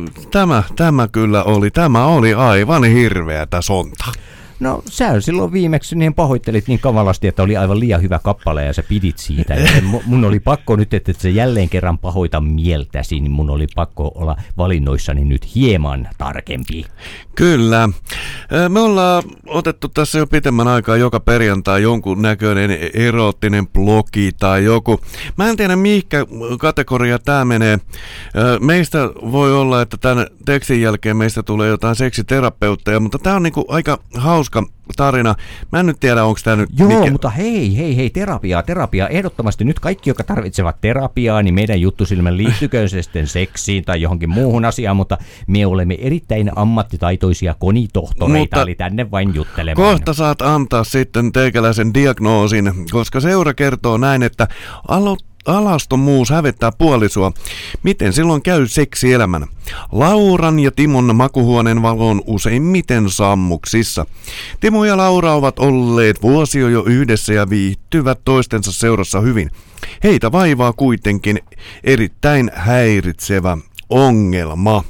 tämä oli aivan hirveätä sonta. No sä silloin viimeksi niin pahoittelit niin kamalasti, että oli aivan liian hyvä kappale ja sä pidit siitä. Mun oli pakko nyt, että sä jälleen kerran pahoita mieltäsi, niin mun oli pakko olla valinnoissani nyt hieman tarkempi. Kyllä. Me ollaan otettu tässä jo pitemmän aikaa joka perjantai jonkun näköinen eroottinen blogi tai joku. Mä en tiedä mihinkä kategoria tää menee. Meistä voi olla, että tämän tekstin jälkeen meistä tulee jotain seksiterapeutteja, mutta tää on niinku aika hauska tarina. Mä en nyt tiedä, onko tämä nyt... Joo, mutta hei, terapiaa. Ehdottomasti nyt kaikki, jotka tarvitsevat terapiaa, niin meidän juttusilmän liittyköön se sitten seksiin tai johonkin muuhun asiaan, mutta me olemme erittäin ammattitaitoisia konitohtoreita, eli tänne vain juttelemaan. Kohta saat antaa sitten teikäläisen diagnoosin, koska seura kertoo näin, että alastomuus hävettää puolisoa. Miten silloin käy seksielämän? Lauran ja Timon makuhuoneen valo on useimmiten sammuksissa. Timo ja Laura ovat olleet vuosia jo yhdessä ja viihtyvät toistensa seurassa hyvin. Heitä vaivaa kuitenkin erittäin häiritsevä ongelma.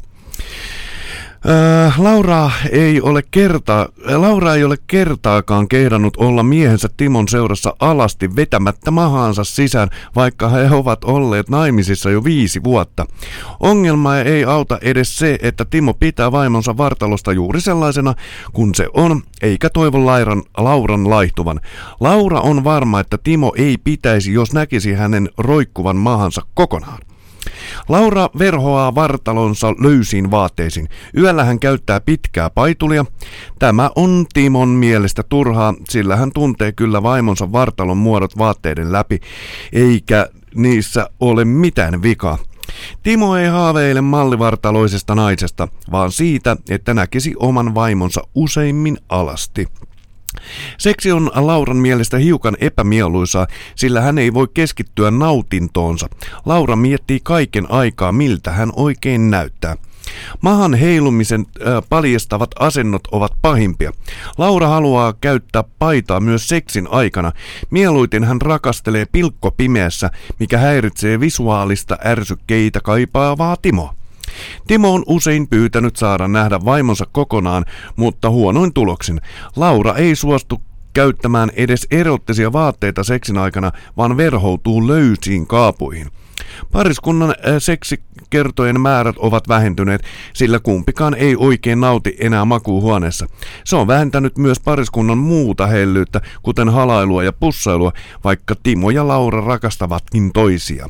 Laura ei ole kertaakaan kehdannut olla miehensä Timon seurassa alasti vetämättä mahaansa sisään, vaikka he ovat olleet naimisissa jo 5 vuotta. Ongelma ei auta edes se, että Timo pitää vaimonsa vartalosta juuri sellaisena kuin se on, eikä toivo Lauran laihtuvan. Laura on varma, että Timo ei pitäisi, jos näkisi hänen roikkuvan mahansa kokonaan. Laura verhoaa vartalonsa löysiin vaatteisiin. Yöllä hän käyttää pitkää paitulia. Tämä on Timon mielestä turhaa, sillä hän tuntee kyllä vaimonsa vartalon muodot vaatteiden läpi, eikä niissä ole mitään vikaa. Timo ei haaveile mallivartaloisesta naisesta, vaan siitä, että näkisi oman vaimonsa useimmin alasti. Seksi on Lauran mielestä hiukan epämieluisaa, sillä hän ei voi keskittyä nautintoonsa. Laura miettii kaiken aikaa, miltä hän oikein näyttää. Mahan heilumisen paljastavat asennot ovat pahimpia. Laura haluaa käyttää paitaa myös seksin aikana. Mieluiten hän rakastelee pilkkopimeässä, mikä häiritsee visuaalista ärsykkeitä kaipaavaa Timoa. Timo on usein pyytänyt saada nähdä vaimonsa kokonaan, mutta huonoin tuloksin. Laura ei suostu käyttämään edes erottisia vaatteita seksin aikana, vaan verhoutuu löysiin kaapuihin. Pariskunnan seksikertojen määrät ovat vähentyneet, sillä kumpikaan ei oikein nauti enää makuuhuoneessa. Se on vähentänyt myös pariskunnan muuta hellyyttä, kuten halailua ja pussailua, vaikka Timo ja Laura rakastavatkin toisia.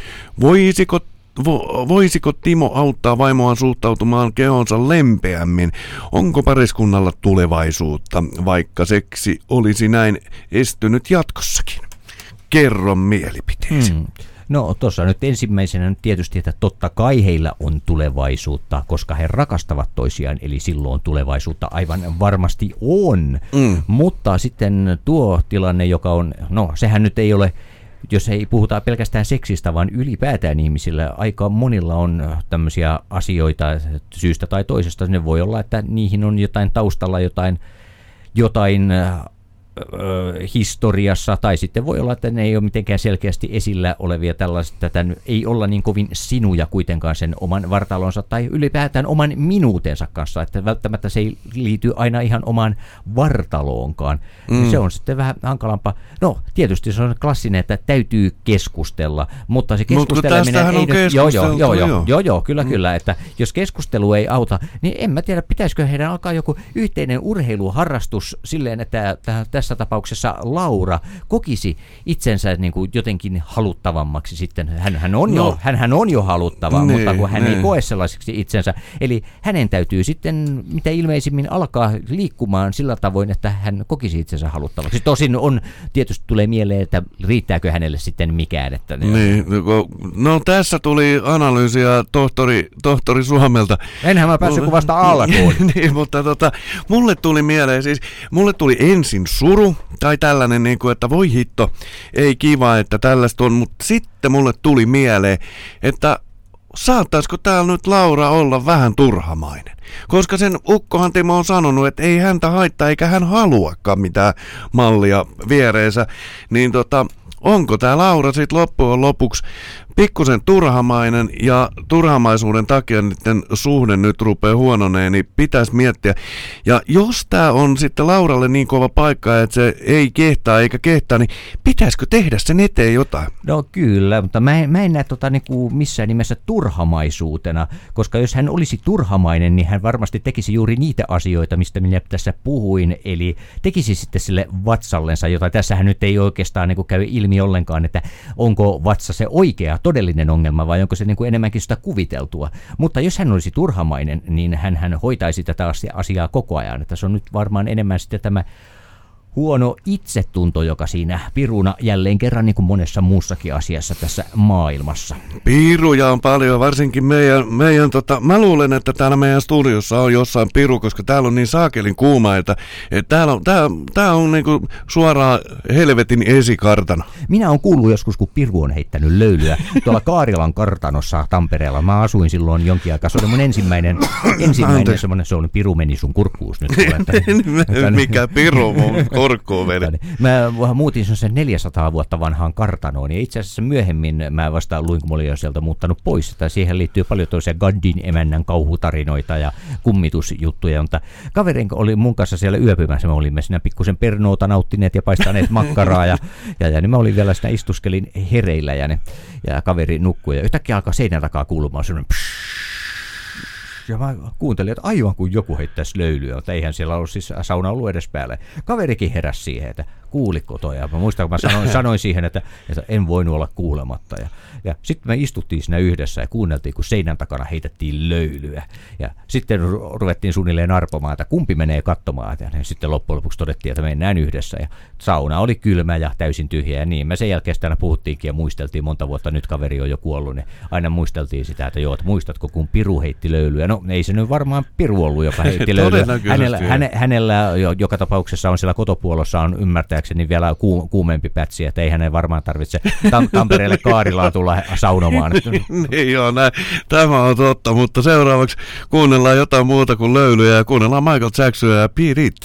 Voisiko Timo auttaa vaimoaan suhtautumaan kehonsa lempeämmin? Onko pariskunnalla tulevaisuutta, vaikka seksi olisi näin estynyt jatkossakin? Kerro mielipiteesi. No tuossa nyt ensimmäisenä nyt tietysti, että totta kai heillä on tulevaisuutta, koska he rakastavat toisiaan, eli silloin tulevaisuutta aivan varmasti on. Mutta sitten tuo tilanne, joka on, no sehän nyt ei ole, jos ei puhuta pelkästään seksistä, vaan ylipäätään ihmisillä, aika monilla on tämmöisiä asioita syystä tai toisesta. Ne voi olla, että niihin on jotain taustalla, jotain historiassa, tai sitten voi olla, että ne ei ole mitenkään selkeästi esillä olevia tällaista, että ei olla niin kovin sinuja kuitenkaan sen oman vartalonsa tai ylipäätään oman minuutensa kanssa, että välttämättä se ei liity aina ihan omaan vartaloonkaan. Se on sitten vähän hankalampaa. No, tietysti se on klassinen, että täytyy keskustella, mutta se keskusteleminen ei nyt... Joo, kyllä, että jos keskustelu ei auta, niin en mä tiedä, pitäisikö heidän alkaa joku yhteinen urheiluharrastus silleen, että tässä tapauksessa Laura kokisi itsensä niin kuin jotenkin haluttavammaksi sitten. Hänhän on jo haluttava, mutta kun hän ei koe sellaiseksi itsensä. Eli hänen täytyy sitten mitä ilmeisimmin alkaa liikkumaan sillä tavoin, että hän kokisi itsensä haluttavaksi. Tosin tietysti tulee mieleen, että riittääkö hänelle sitten mikään. Että no tässä tuli analyysiä tohtori Suomelta. Enhän mä päässyt kuvasta alkuun. Niin, mutta mulle tuli mieleen, siis mulle tuli ensin suru tai tällainen, niin kuin, että voi hitto, ei kiva, että tällaista on, mutta sitten mulle tuli mieleen, että saattaisiko täällä nyt Laura olla vähän turhamainen, koska sen ukkohan Timo on sanonut, että ei häntä haittaa eikä hän haluakaan mitään mallia viereensä, niin onko tää Laura sitten loppujen lopuksi pikkusen turhamainen ja turhamaisuuden takia niiden suhde nyt rupeaa huononeen, niin pitäisi miettiä. Ja jos tää on sitten Lauralle niin kova paikka, että se ei kehtaa eikä kehtaa, niin pitäisikö tehdä sen eteen jotain? No kyllä, mutta mä en näe niinku missään nimessä turhamaisuutena, koska jos hän olisi turhamainen, niin hän varmasti tekisi juuri niitä asioita, mistä minä tässä puhuin, eli tekisi sitten sille vatsallensa, jota tässähän nyt ei oikeastaan niinku käy ilmi ollenkaan, että onko vatsa se oikea todellinen ongelma vai onko se niin kuin enemmänkin sitä kuviteltua. Mutta jos hän olisi turhamainen, niin hän hoitaisi tätä asiaa koko ajan. Että se on nyt varmaan enemmän sitten tämä huono itsetunto, joka siinä piruna jälleen kerran niin kuin monessa muussakin asiassa tässä maailmassa. Piruja on paljon, varsinkin meidän mä luulen, että täällä meidän studiossa on jossain piru, koska täällä on niin saakelin kuuma, että tää on niinku suoraan helvetin esikartano. Minä olen kuullut joskus, kun piru on heittänyt löylyä tuolla Kaarilan kartanossa Tampereella. Mä asuin silloin jonkin aikaa. Se oli mun ensimmäinen semmoinen, se oli piru meni sun kurkkuus nyt. Mikä piru mun kurkkuun meni? Mä muutin sen 400 vuotta vanhaan kartanoon ja itse asiassa myöhemmin mä vasta luin, kun mä olin jo sieltä muuttanut pois. Että siihen liittyy paljon toisia Gaddin emännän kauhutarinoita ja kummitusjuttuja, mutta kaverin oli mun kanssa siellä yöpymässä. Me olimme siinä pikkusen pernoota nauttineet ja paistaneet makkaraa ja niin mä olin vielä siinä istuskelin hereillä ja kaveri nukkui ja yhtäkkiä alkaa seinän takaa kuulumaan semmoinen Ja mä kuuntelin, että aivan kuin joku heittäisi löylyä, mutta eihän siellä ollut siis sauna ollut edes päälle. Kaverikin heräsi siihen, että kuuliko toi? Ja mä muistan, kun mä sanoin siihen, että en voinut olla kuulematta. Ja sitten me istuttiin siinä yhdessä ja kuunneltiin, kun seinän takana heitettiin löylyä. Ja sitten ruvettiin suunnilleen arpomaan, että kumpi menee katsomaan. Ja sitten loppujen lopuksi todettiin, että mennään yhdessä. Ja sauna oli kylmä ja täysin tyhjä. Ja niin me sen jälkeen täällä puhuttiinkin ja muisteltiin monta vuotta, nyt kaveri on jo kuollut. Niin aina muisteltiin sitä, että joo, että muistatko, kun Piru heitti löylyä. No ei se nyt varmaan Piru ollut, joka heitti löylyä. Hänellä joka tapauksessa on siellä kotopuolossa on ymmärtääkseni vielä kuumempi pätsi, että ei hänen varmaan tarvitse Tampereelle Kaarilaan tulla saunomaan. Niin joo, näin. Tämä on totta, mutta seuraavaksi kuunnellaan jotain muuta kuin löylyä ja kuunnellaan Michael Jacksonia ja Beat It.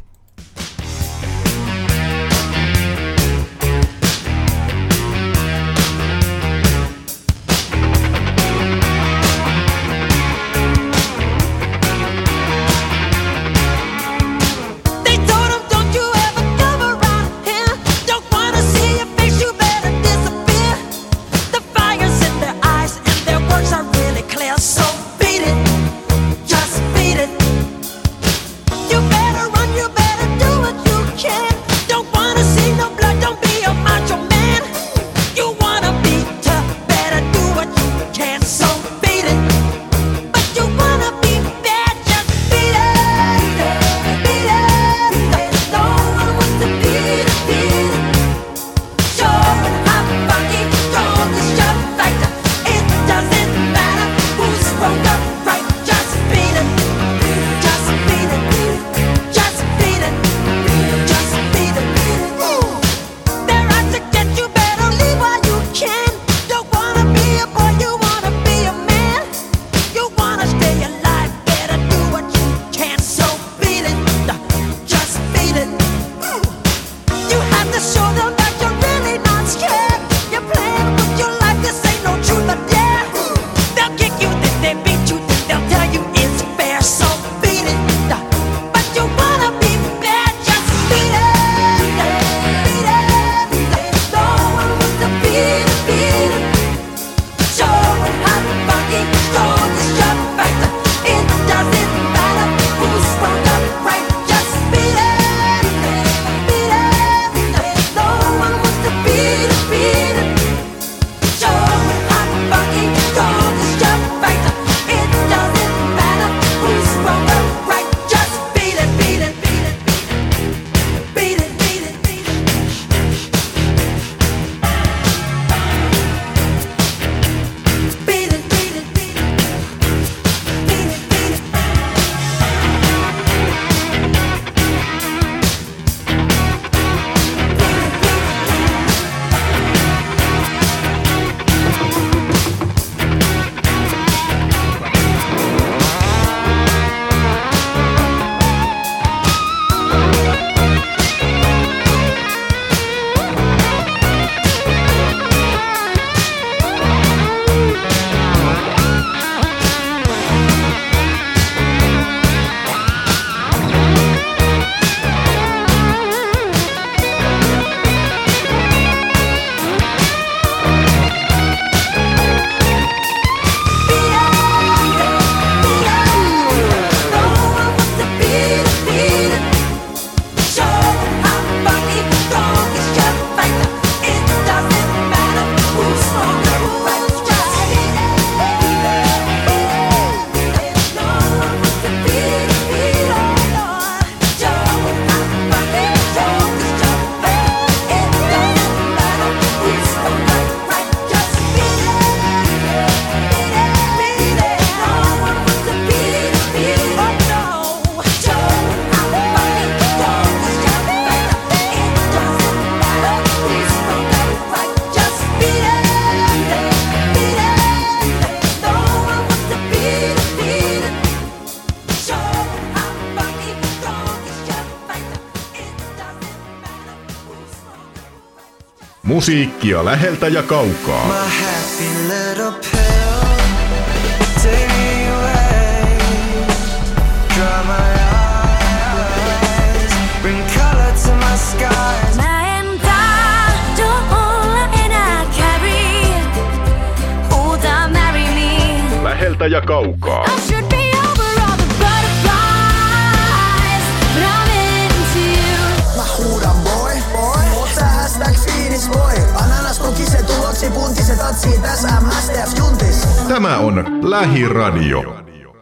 So beat it, just beat it. You better Musiikkia läheltä ja kaukaa. Mä en tahdo olla enää Carrie. Huutaa marry me. Läheltä ja kaukaa. I should be Tämä on Lähiradio.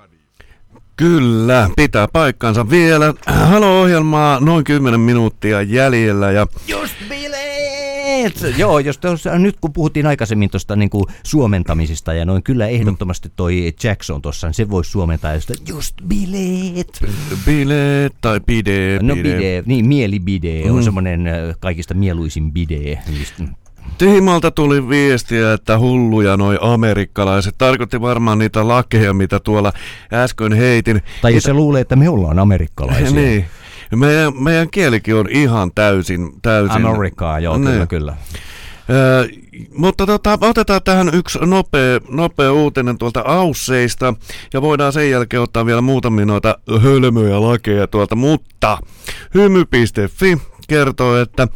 Kyllä, pitää paikkansa vielä. Halo-ohjelmaa noin 10 minuuttia jäljellä ja... Just bileet! Joo, jos nyt kun puhuttiin aikaisemmin tuosta niinku suomentamisista ja noin, kyllä ehdottomasti toi Jackson tuossa, se voisi suomentaa josta just bileet. Bileet tai bide. No bide, niin mielibide on semmoinen kaikista mieluisin bide. Tiimalta tuli viestiä, että hulluja noi amerikkalaiset. Tarkoitti varmaan niitä lakeja, mitä tuolla äsken heitin. Tai jos se luulee, että me ollaan amerikkalaisia. Niin. Meidän kielikin on ihan täysin... Amerikkaa, joo, kyllä. Mutta otetaan tähän yksi nopea uutinen tuolta Ausseista ja voidaan sen jälkeen ottaa vielä muutamia noita hölmöjä lakeja tuolta, mutta hymy.fi kertoo, että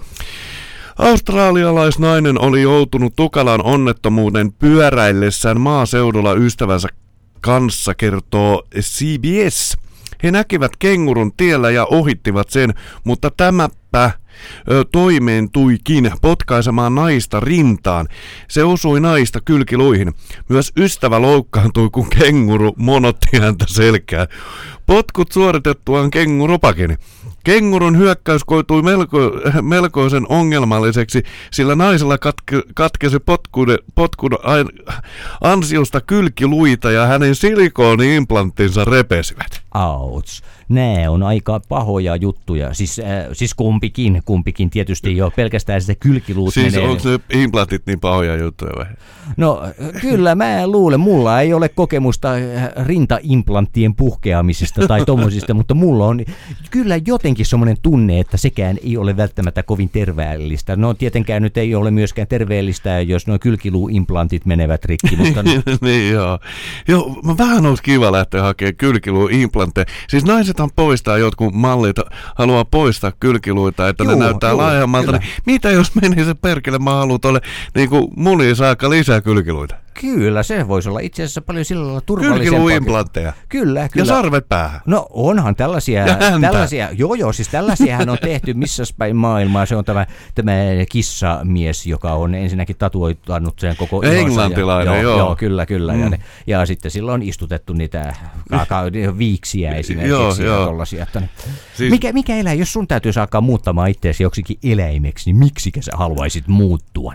australialaisnainen oli joutunut tukalaan onnettomuuden pyöräillessään maaseudulla ystävänsä kanssa, kertoo CBS. He näkivät kengurun tiellä ja ohittivat sen, mutta tämäpä toimeentuikin potkaisemaan naista rintaan. Se osui naista kylkiluihin. Myös ystävä loukkaantui, kun kenguru monotti häntä selkään. Potkut suoritettuaan kenguru pakeni. Kengurun hyökkäys koitui melkoisen ongelmalliseksi, sillä naisella katkesi potkun ansiosta kylkiluita ja hänen silikooni-implanttinsa repesivät. Auts. Nää on aika pahoja juttuja. Siis kumpikin tietysti jo. Pelkästään se kylkiluut siis menee. Onko ne implantit niin pahoja juttuja vai? No kyllä mä luulen. Mulla ei ole kokemusta rintaimplanttien puhkeamisesta tai tommosista, mutta mulla on kyllä jotenkin semmoinen tunne, että sekään ei ole välttämättä kovin terveellistä. No tietenkään nyt ei ole myöskään terveellistä, jos nuo kylkiluuimplantit menevät rikki. Mutta... niin joo. Joo, vähän olisi kiva lähteä hakemaan kylkiluuimplantteja. Siis naisethan poistaa, jotkut mallit haluaa poistaa kylkiluita, että ne näyttää laajemmalta. Niin mitä jos meni se perkele, mä haluan tuolle niin muliin saakka lisää kylkiluita? Kyllä, se voisi olla itse asiassa paljon sillä lailla turvallisempaa. Kylkiluuimplantteja. Kyllä. Ja sarvet päähän. No onhan tällaisia, siis tällaisiahan on tehty missäs päin maailmaa. Se on tämä kissamies, joka on ensinnäkin tatuoittanut sen koko ihonsa. Englantilainen, joo. Joo, kyllä. Ja sitten sillä on istutettu niitä viiksiä esimerkiksi ja tollaisia. Siis... Mikä eläin, jos sun täytyisi alkaa muuttamaan itseäsi joksikin eläimeksi, niin miksikä sä haluaisit muuttua?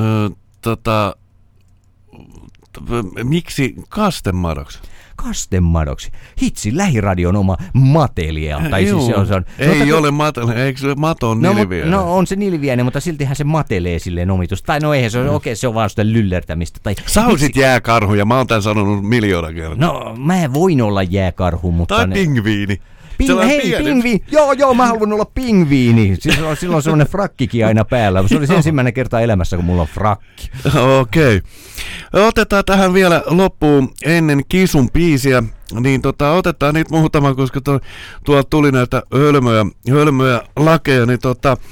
Miksi kastemadoksi? Kastemadoksi. Hitsi, Lähiradion oma matelia. Tai siis se on, ei ole matelia, eikö se mato on nilviäinen? No on se nilviäinen, mutta siltihän se matelee silleen omitusta. Tai no eihän se ole, se on vaan sitä lyllertämistä. Tai, sä olisit jääkarhu ja mä oon tän sanonut 1 000 000 kertaa. No mä voin olla jääkarhu, mutta... Tai pingviini. Pingviini! Joo, mä haluan olla pingviini. Silloin on semmoinen frakkikin aina päällä. Se oli ensimmäinen kerta elämässä, kun mulla on frakki. Okei. Otetaan tähän vielä loppuun ennen Kisun biisiä. Niin otetaan niitä muutama, koska tuolta tuli näitä hölmöjä lakeja. Niin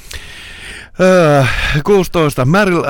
16.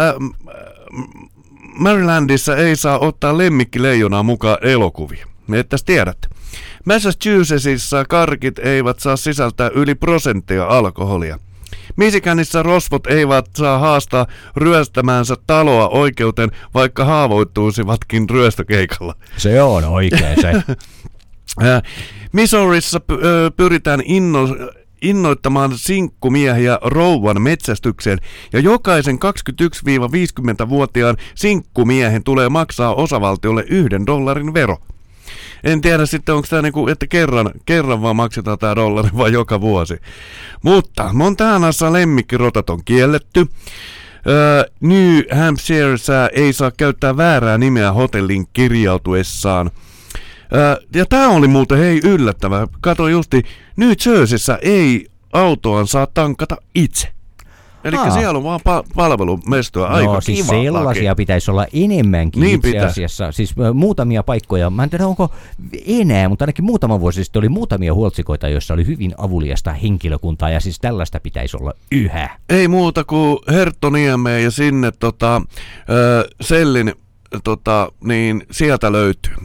Marylandissa ei saa ottaa lemmikkileijonaa mukaan elokuviin. Ettäs tiedätte. Massachusettsissa karkit eivät saa sisältää yli 1% alkoholia. Michiganissa rosvot eivät saa haastaa ryöstämäänsä taloa oikeuteen, vaikka haavoittuisivatkin ryöstökeikalla. Se on oikein se. Missourissa pyritään innoittamaan sinkkumiehiä rouvan metsästykseen, ja jokaisen 21-50-vuotiaan sinkkumiehen tulee maksaa osavaltiolle $1 vero. En tiedä sitten, onko tämä niinku, että kerran vaan maksetaan tämä $1 vai joka vuosi. Mutta Montanassa lemmikkirotat on kielletty. New Hampshireissa ei saa käyttää väärää nimeä hotellin kirjautuessaan. Ja tämä oli muuten yllättävää. Kato justi, New Jerseyssä ei autoaan saa tankata itse. Eli siellä on vaan palvelumestoa. Aika siis kiva sellaisia laki. Pitäisi olla enemmänkin niin itse asiassa. Siis muutamia paikkoja, mä en tiedä onko enää, mutta ainakin muutama vuosi sitten oli muutamia huoltsikoita, joissa oli hyvin avuliasta henkilökuntaa, ja siis tällaista pitäisi olla yhä. Ei muuta kuin Herttoniemeen ja sinne Sellin, niin sieltä löytyy. Ja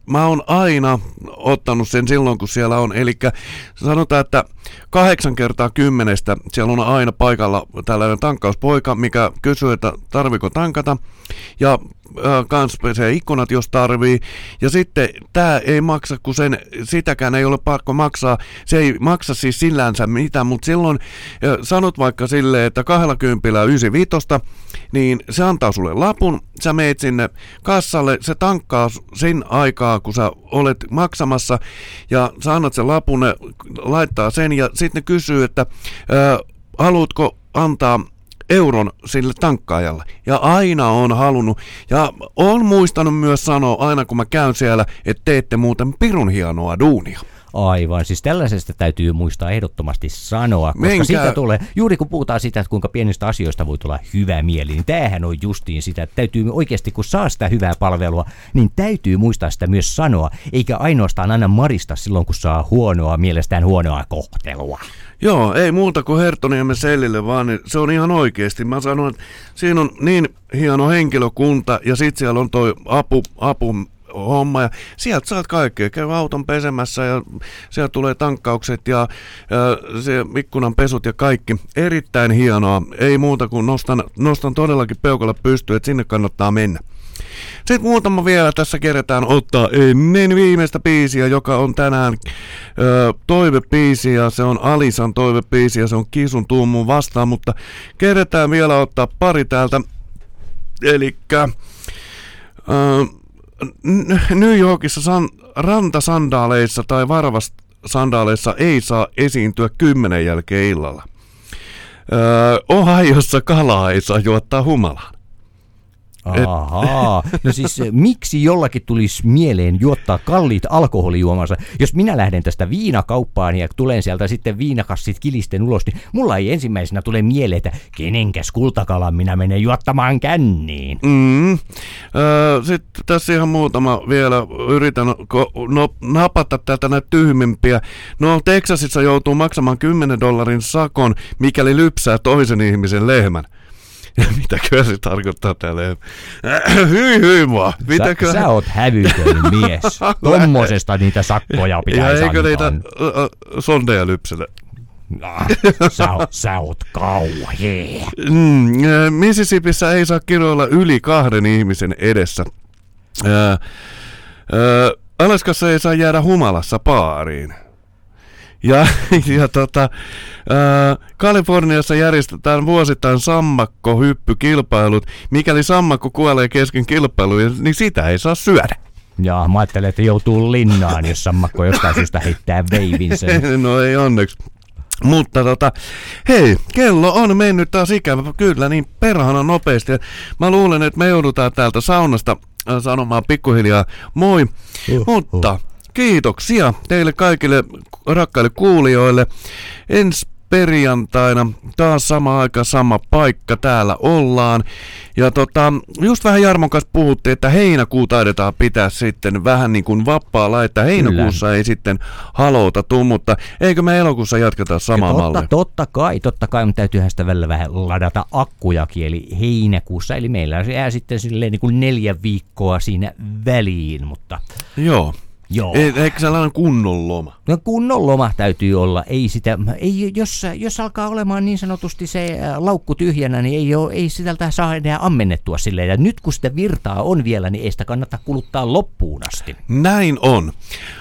mä oon aina ottanut sen silloin, kun siellä on. Eli sanotaan, että 8 kertaa 10 siellä on aina paikalla tällainen tankkauspoika, mikä kysyy, että tarviko tankata. Ja kans pesee ikkunat, jos tarvii. Ja sitten tää ei maksa, kun sitäkään ei ole pakko maksaa. Se ei maksa siis sillänsä mitään, mutta silloin sanot vaikka silleen, että 20 95, niin se antaa sulle lapun, sä meet sinne kassalle, se tankkaa sen aikaa, kun sä olet maksamassa, ja sä annat sen lapun, ne laittaa sen, ja sitten ne kysyy, että haluatko antaa euron sille tankkaajalle. Ja aina on halunnut, ja on muistanut myös sanoa, aina kun mä käyn siellä, että teette muuten pirun hienoa duunia. Aivan, siis tällaisesta täytyy muistaa ehdottomasti sanoa, koska siitä tulee, juuri kun puhutaan sitä, että kuinka pienistä asioista voi tulla hyvä mieli, niin tämähän on justiin sitä, että täytyy oikeasti, kun saa sitä hyvää palvelua, niin täytyy muistaa sitä myös sanoa, eikä ainoastaan aina marista silloin, kun saa mielestään huonoa kohtelua. Joo, ei muuta kuin Herttoniemen sellille, vaan niin se on ihan oikeasti. Mä sanon, että siinä on niin hieno henkilökunta, ja sit siellä on toi apu homma, ja sieltä saat kaikkea. Käy auton pesemässä, ja sieltä tulee tankkaukset ja se ikkunan pesut ja kaikki. Erittäin hienoa. Ei muuta kuin nostan todellakin peukalla pystyyn, että sinne kannattaa mennä. Sitten muutama vielä tässä kerätään ottaa ennen viimeistä biisiä, joka on tänään toivebiisi, ja se on Alisan toivebiisi, ja se on Kisun tuumun vastaan, mutta kerätään vielä ottaa pari täältä. Elikkä New Yorkissa rantasandaaleissa tai varvasandaaleissa ei saa esiintyä 10 jälkeen illalla. Ohiossa kalaa ei saa juottaa humalaan. Ahaa, no siis miksi jollakin tulisi mieleen juottaa kalliit alkoholijuomansa? Jos minä lähden tästä viinakauppaan ja tulen sieltä sitten viinakassit kilisten ulos, niin mulla ei ensimmäisenä tule mieleen, että kenenkäs kultakalan minä menen juottamaan känniin. Sitten tässä ihan muutama vielä, yritän napata täältä näitä tyhmimpiä. No, Teksasissa joutuu maksamaan $10 sakon, mikäli lypsää toisen ihmisen lehmän. Mitäkö se tarkoittaa täällä? Hyi vaan. Sä oot hävytön mies. Tommosesta niitä sakkoja pitäisi antaa. Eikö niitä sondeja lypsellä? Sä oot kauhea. Mississippissä ei saa kiroilla yli 2 ihmisen edessä. Alaskassa ei saa jäädä humalassa baariin. Ja Kaliforniassa järjestetään vuosittain sammakkohyppykilpailut. Mikäli sammakko kuolee kesken kilpailuja, niin sitä ei saa syödä. Jaa, mä ajattelen, että joutuu linnaan, jos sammakko jostain syystä heittää veivinsä. No ei onneksi. Mutta hei, kello on mennyt taas ikävä kyllä niin perhana nopeasti. Mä luulen, että me joudutaan täältä saunasta sanomaan pikkuhiljaa moi. Mutta kiitoksia teille kaikille rakkaille kuulijoille. Ensi perjantaina taas sama aika, sama paikka, täällä ollaan. Ja just vähän Jarmon kanssa puhuttiin, että heinäkuu taidetaan pitää sitten vähän niin kuin vapaalla, että heinäkuussa ei sitten haloota tuu, mutta eikö me elokuussa jatketa samaa mallia? Totta kai, mutta täytyyhän sitä välillä vähän ladata akkujakin, eli heinäkuussa, eli meillä jää sitten silleen niin kuin 4 viikkoa siinä väliin, mutta Joo. Eikö sellainen kunnon loma? No kunnon loma täytyy olla. Jos alkaa olemaan niin sanotusti se laukku tyhjänä, niin ei sitä saa enää ammennettua silleen. Ja nyt kun sitä virtaa on vielä, niin ei sitä kannata kuluttaa loppuun asti. Näin on.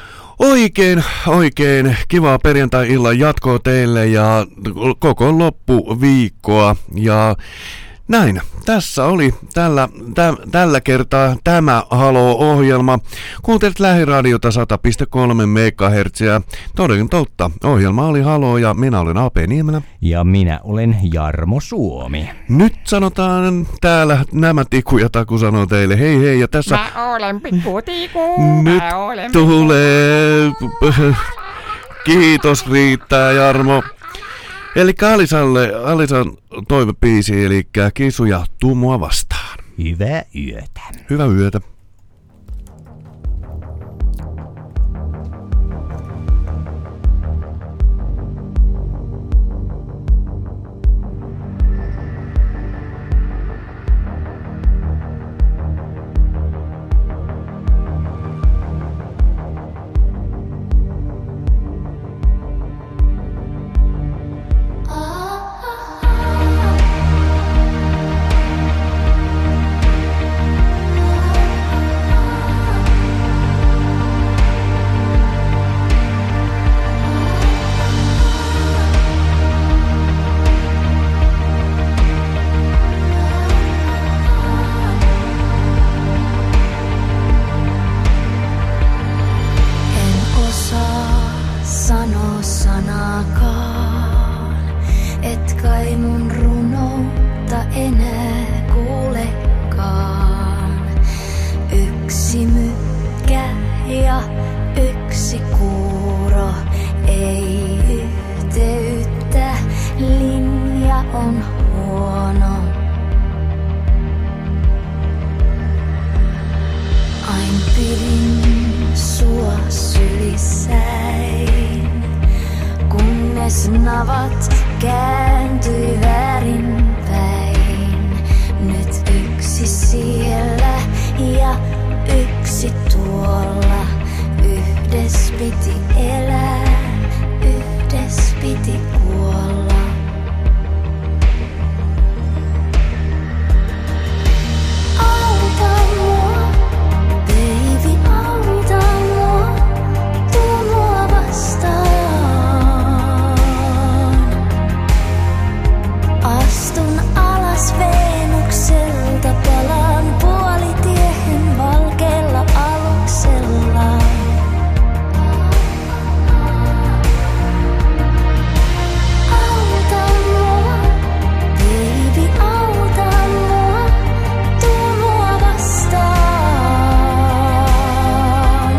Oikein kivaa perjantai-illan jatkoa teille ja koko loppuviikkoa. Ja näin, tässä oli tällä kertaa tämä Halo-ohjelma. Kuuntelit Lähiradiota 100,3 MHz. Toden totta, ohjelma oli Halo ja minä olen AP Niemelä. Ja minä olen Jarmo Suomi. Nyt sanotaan täällä nämä Tiku ja Taku sanoo teille hei hei ja tässä... Mä olen pikku Tiku. Nyt tulee... Kiitos riittää Jarmo. Eli Alisan toivebiisi, eli Kisu ja tuu mua vastaan. Hyvää yötä. Hyvää yötä. kuolla. Yhdes piti elää, yhdes piti kuolla. Auta mua, baby, auta mua, tuu mua vastaan. Astun alas Venukselta, palaan puolitiehen valkealla aluksella. Auta mua, baby, auta mua, tuu mua vastaan.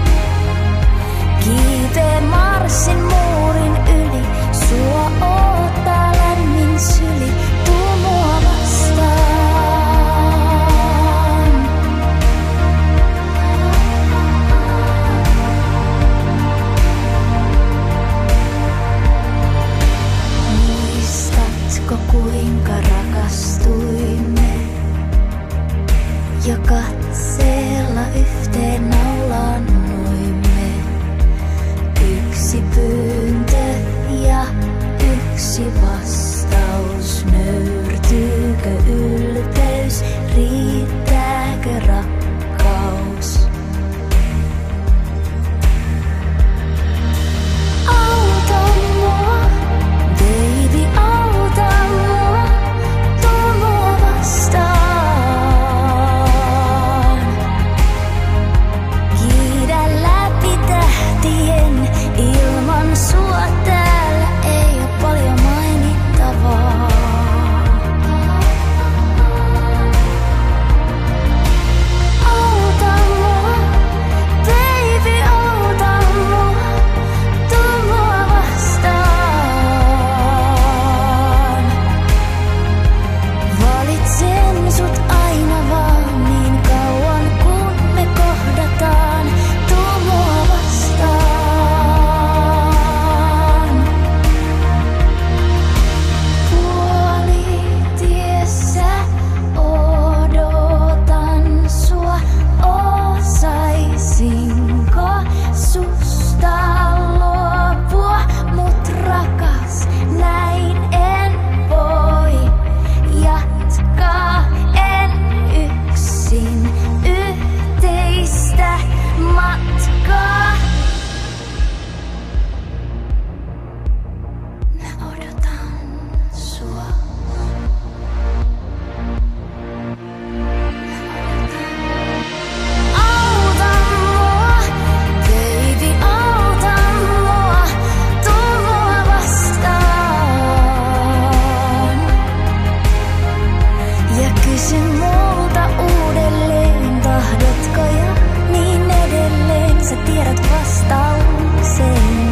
Kiipee Marsin muurin yli, sua oottaa lämmin syli, tuu mua vastaan. Muistatko kuinka rakastuimme ja katseella yhteen naulannoimme? Yksi pyyntö ja yksi vastaus. Nöyrtyykö ylpeys, riittääkö rakkaus? Auta mua, baby, auta mua, tuu mua vastaan. Kiidä läpi tähtien, ilman sua täällä ei oo paljon mainittavaa. Auta mua, baby, auta mua, tuu mua vastaan. Valitsen sut aina vaan niin kauan kun me kohdataan, tuu mua vastaan. Puolitiessä odotan sua, osaisinko susta luopua, mut rakas, näin en voi jatkaa, en yksin yhteistä matkaa. Mä odotan sua. Auta mua, baby, auta mua, tuu mua vastaan. Ja kysy multa uudelleen, tahdotko jo niin edelleen, sä tiedät vastauksen.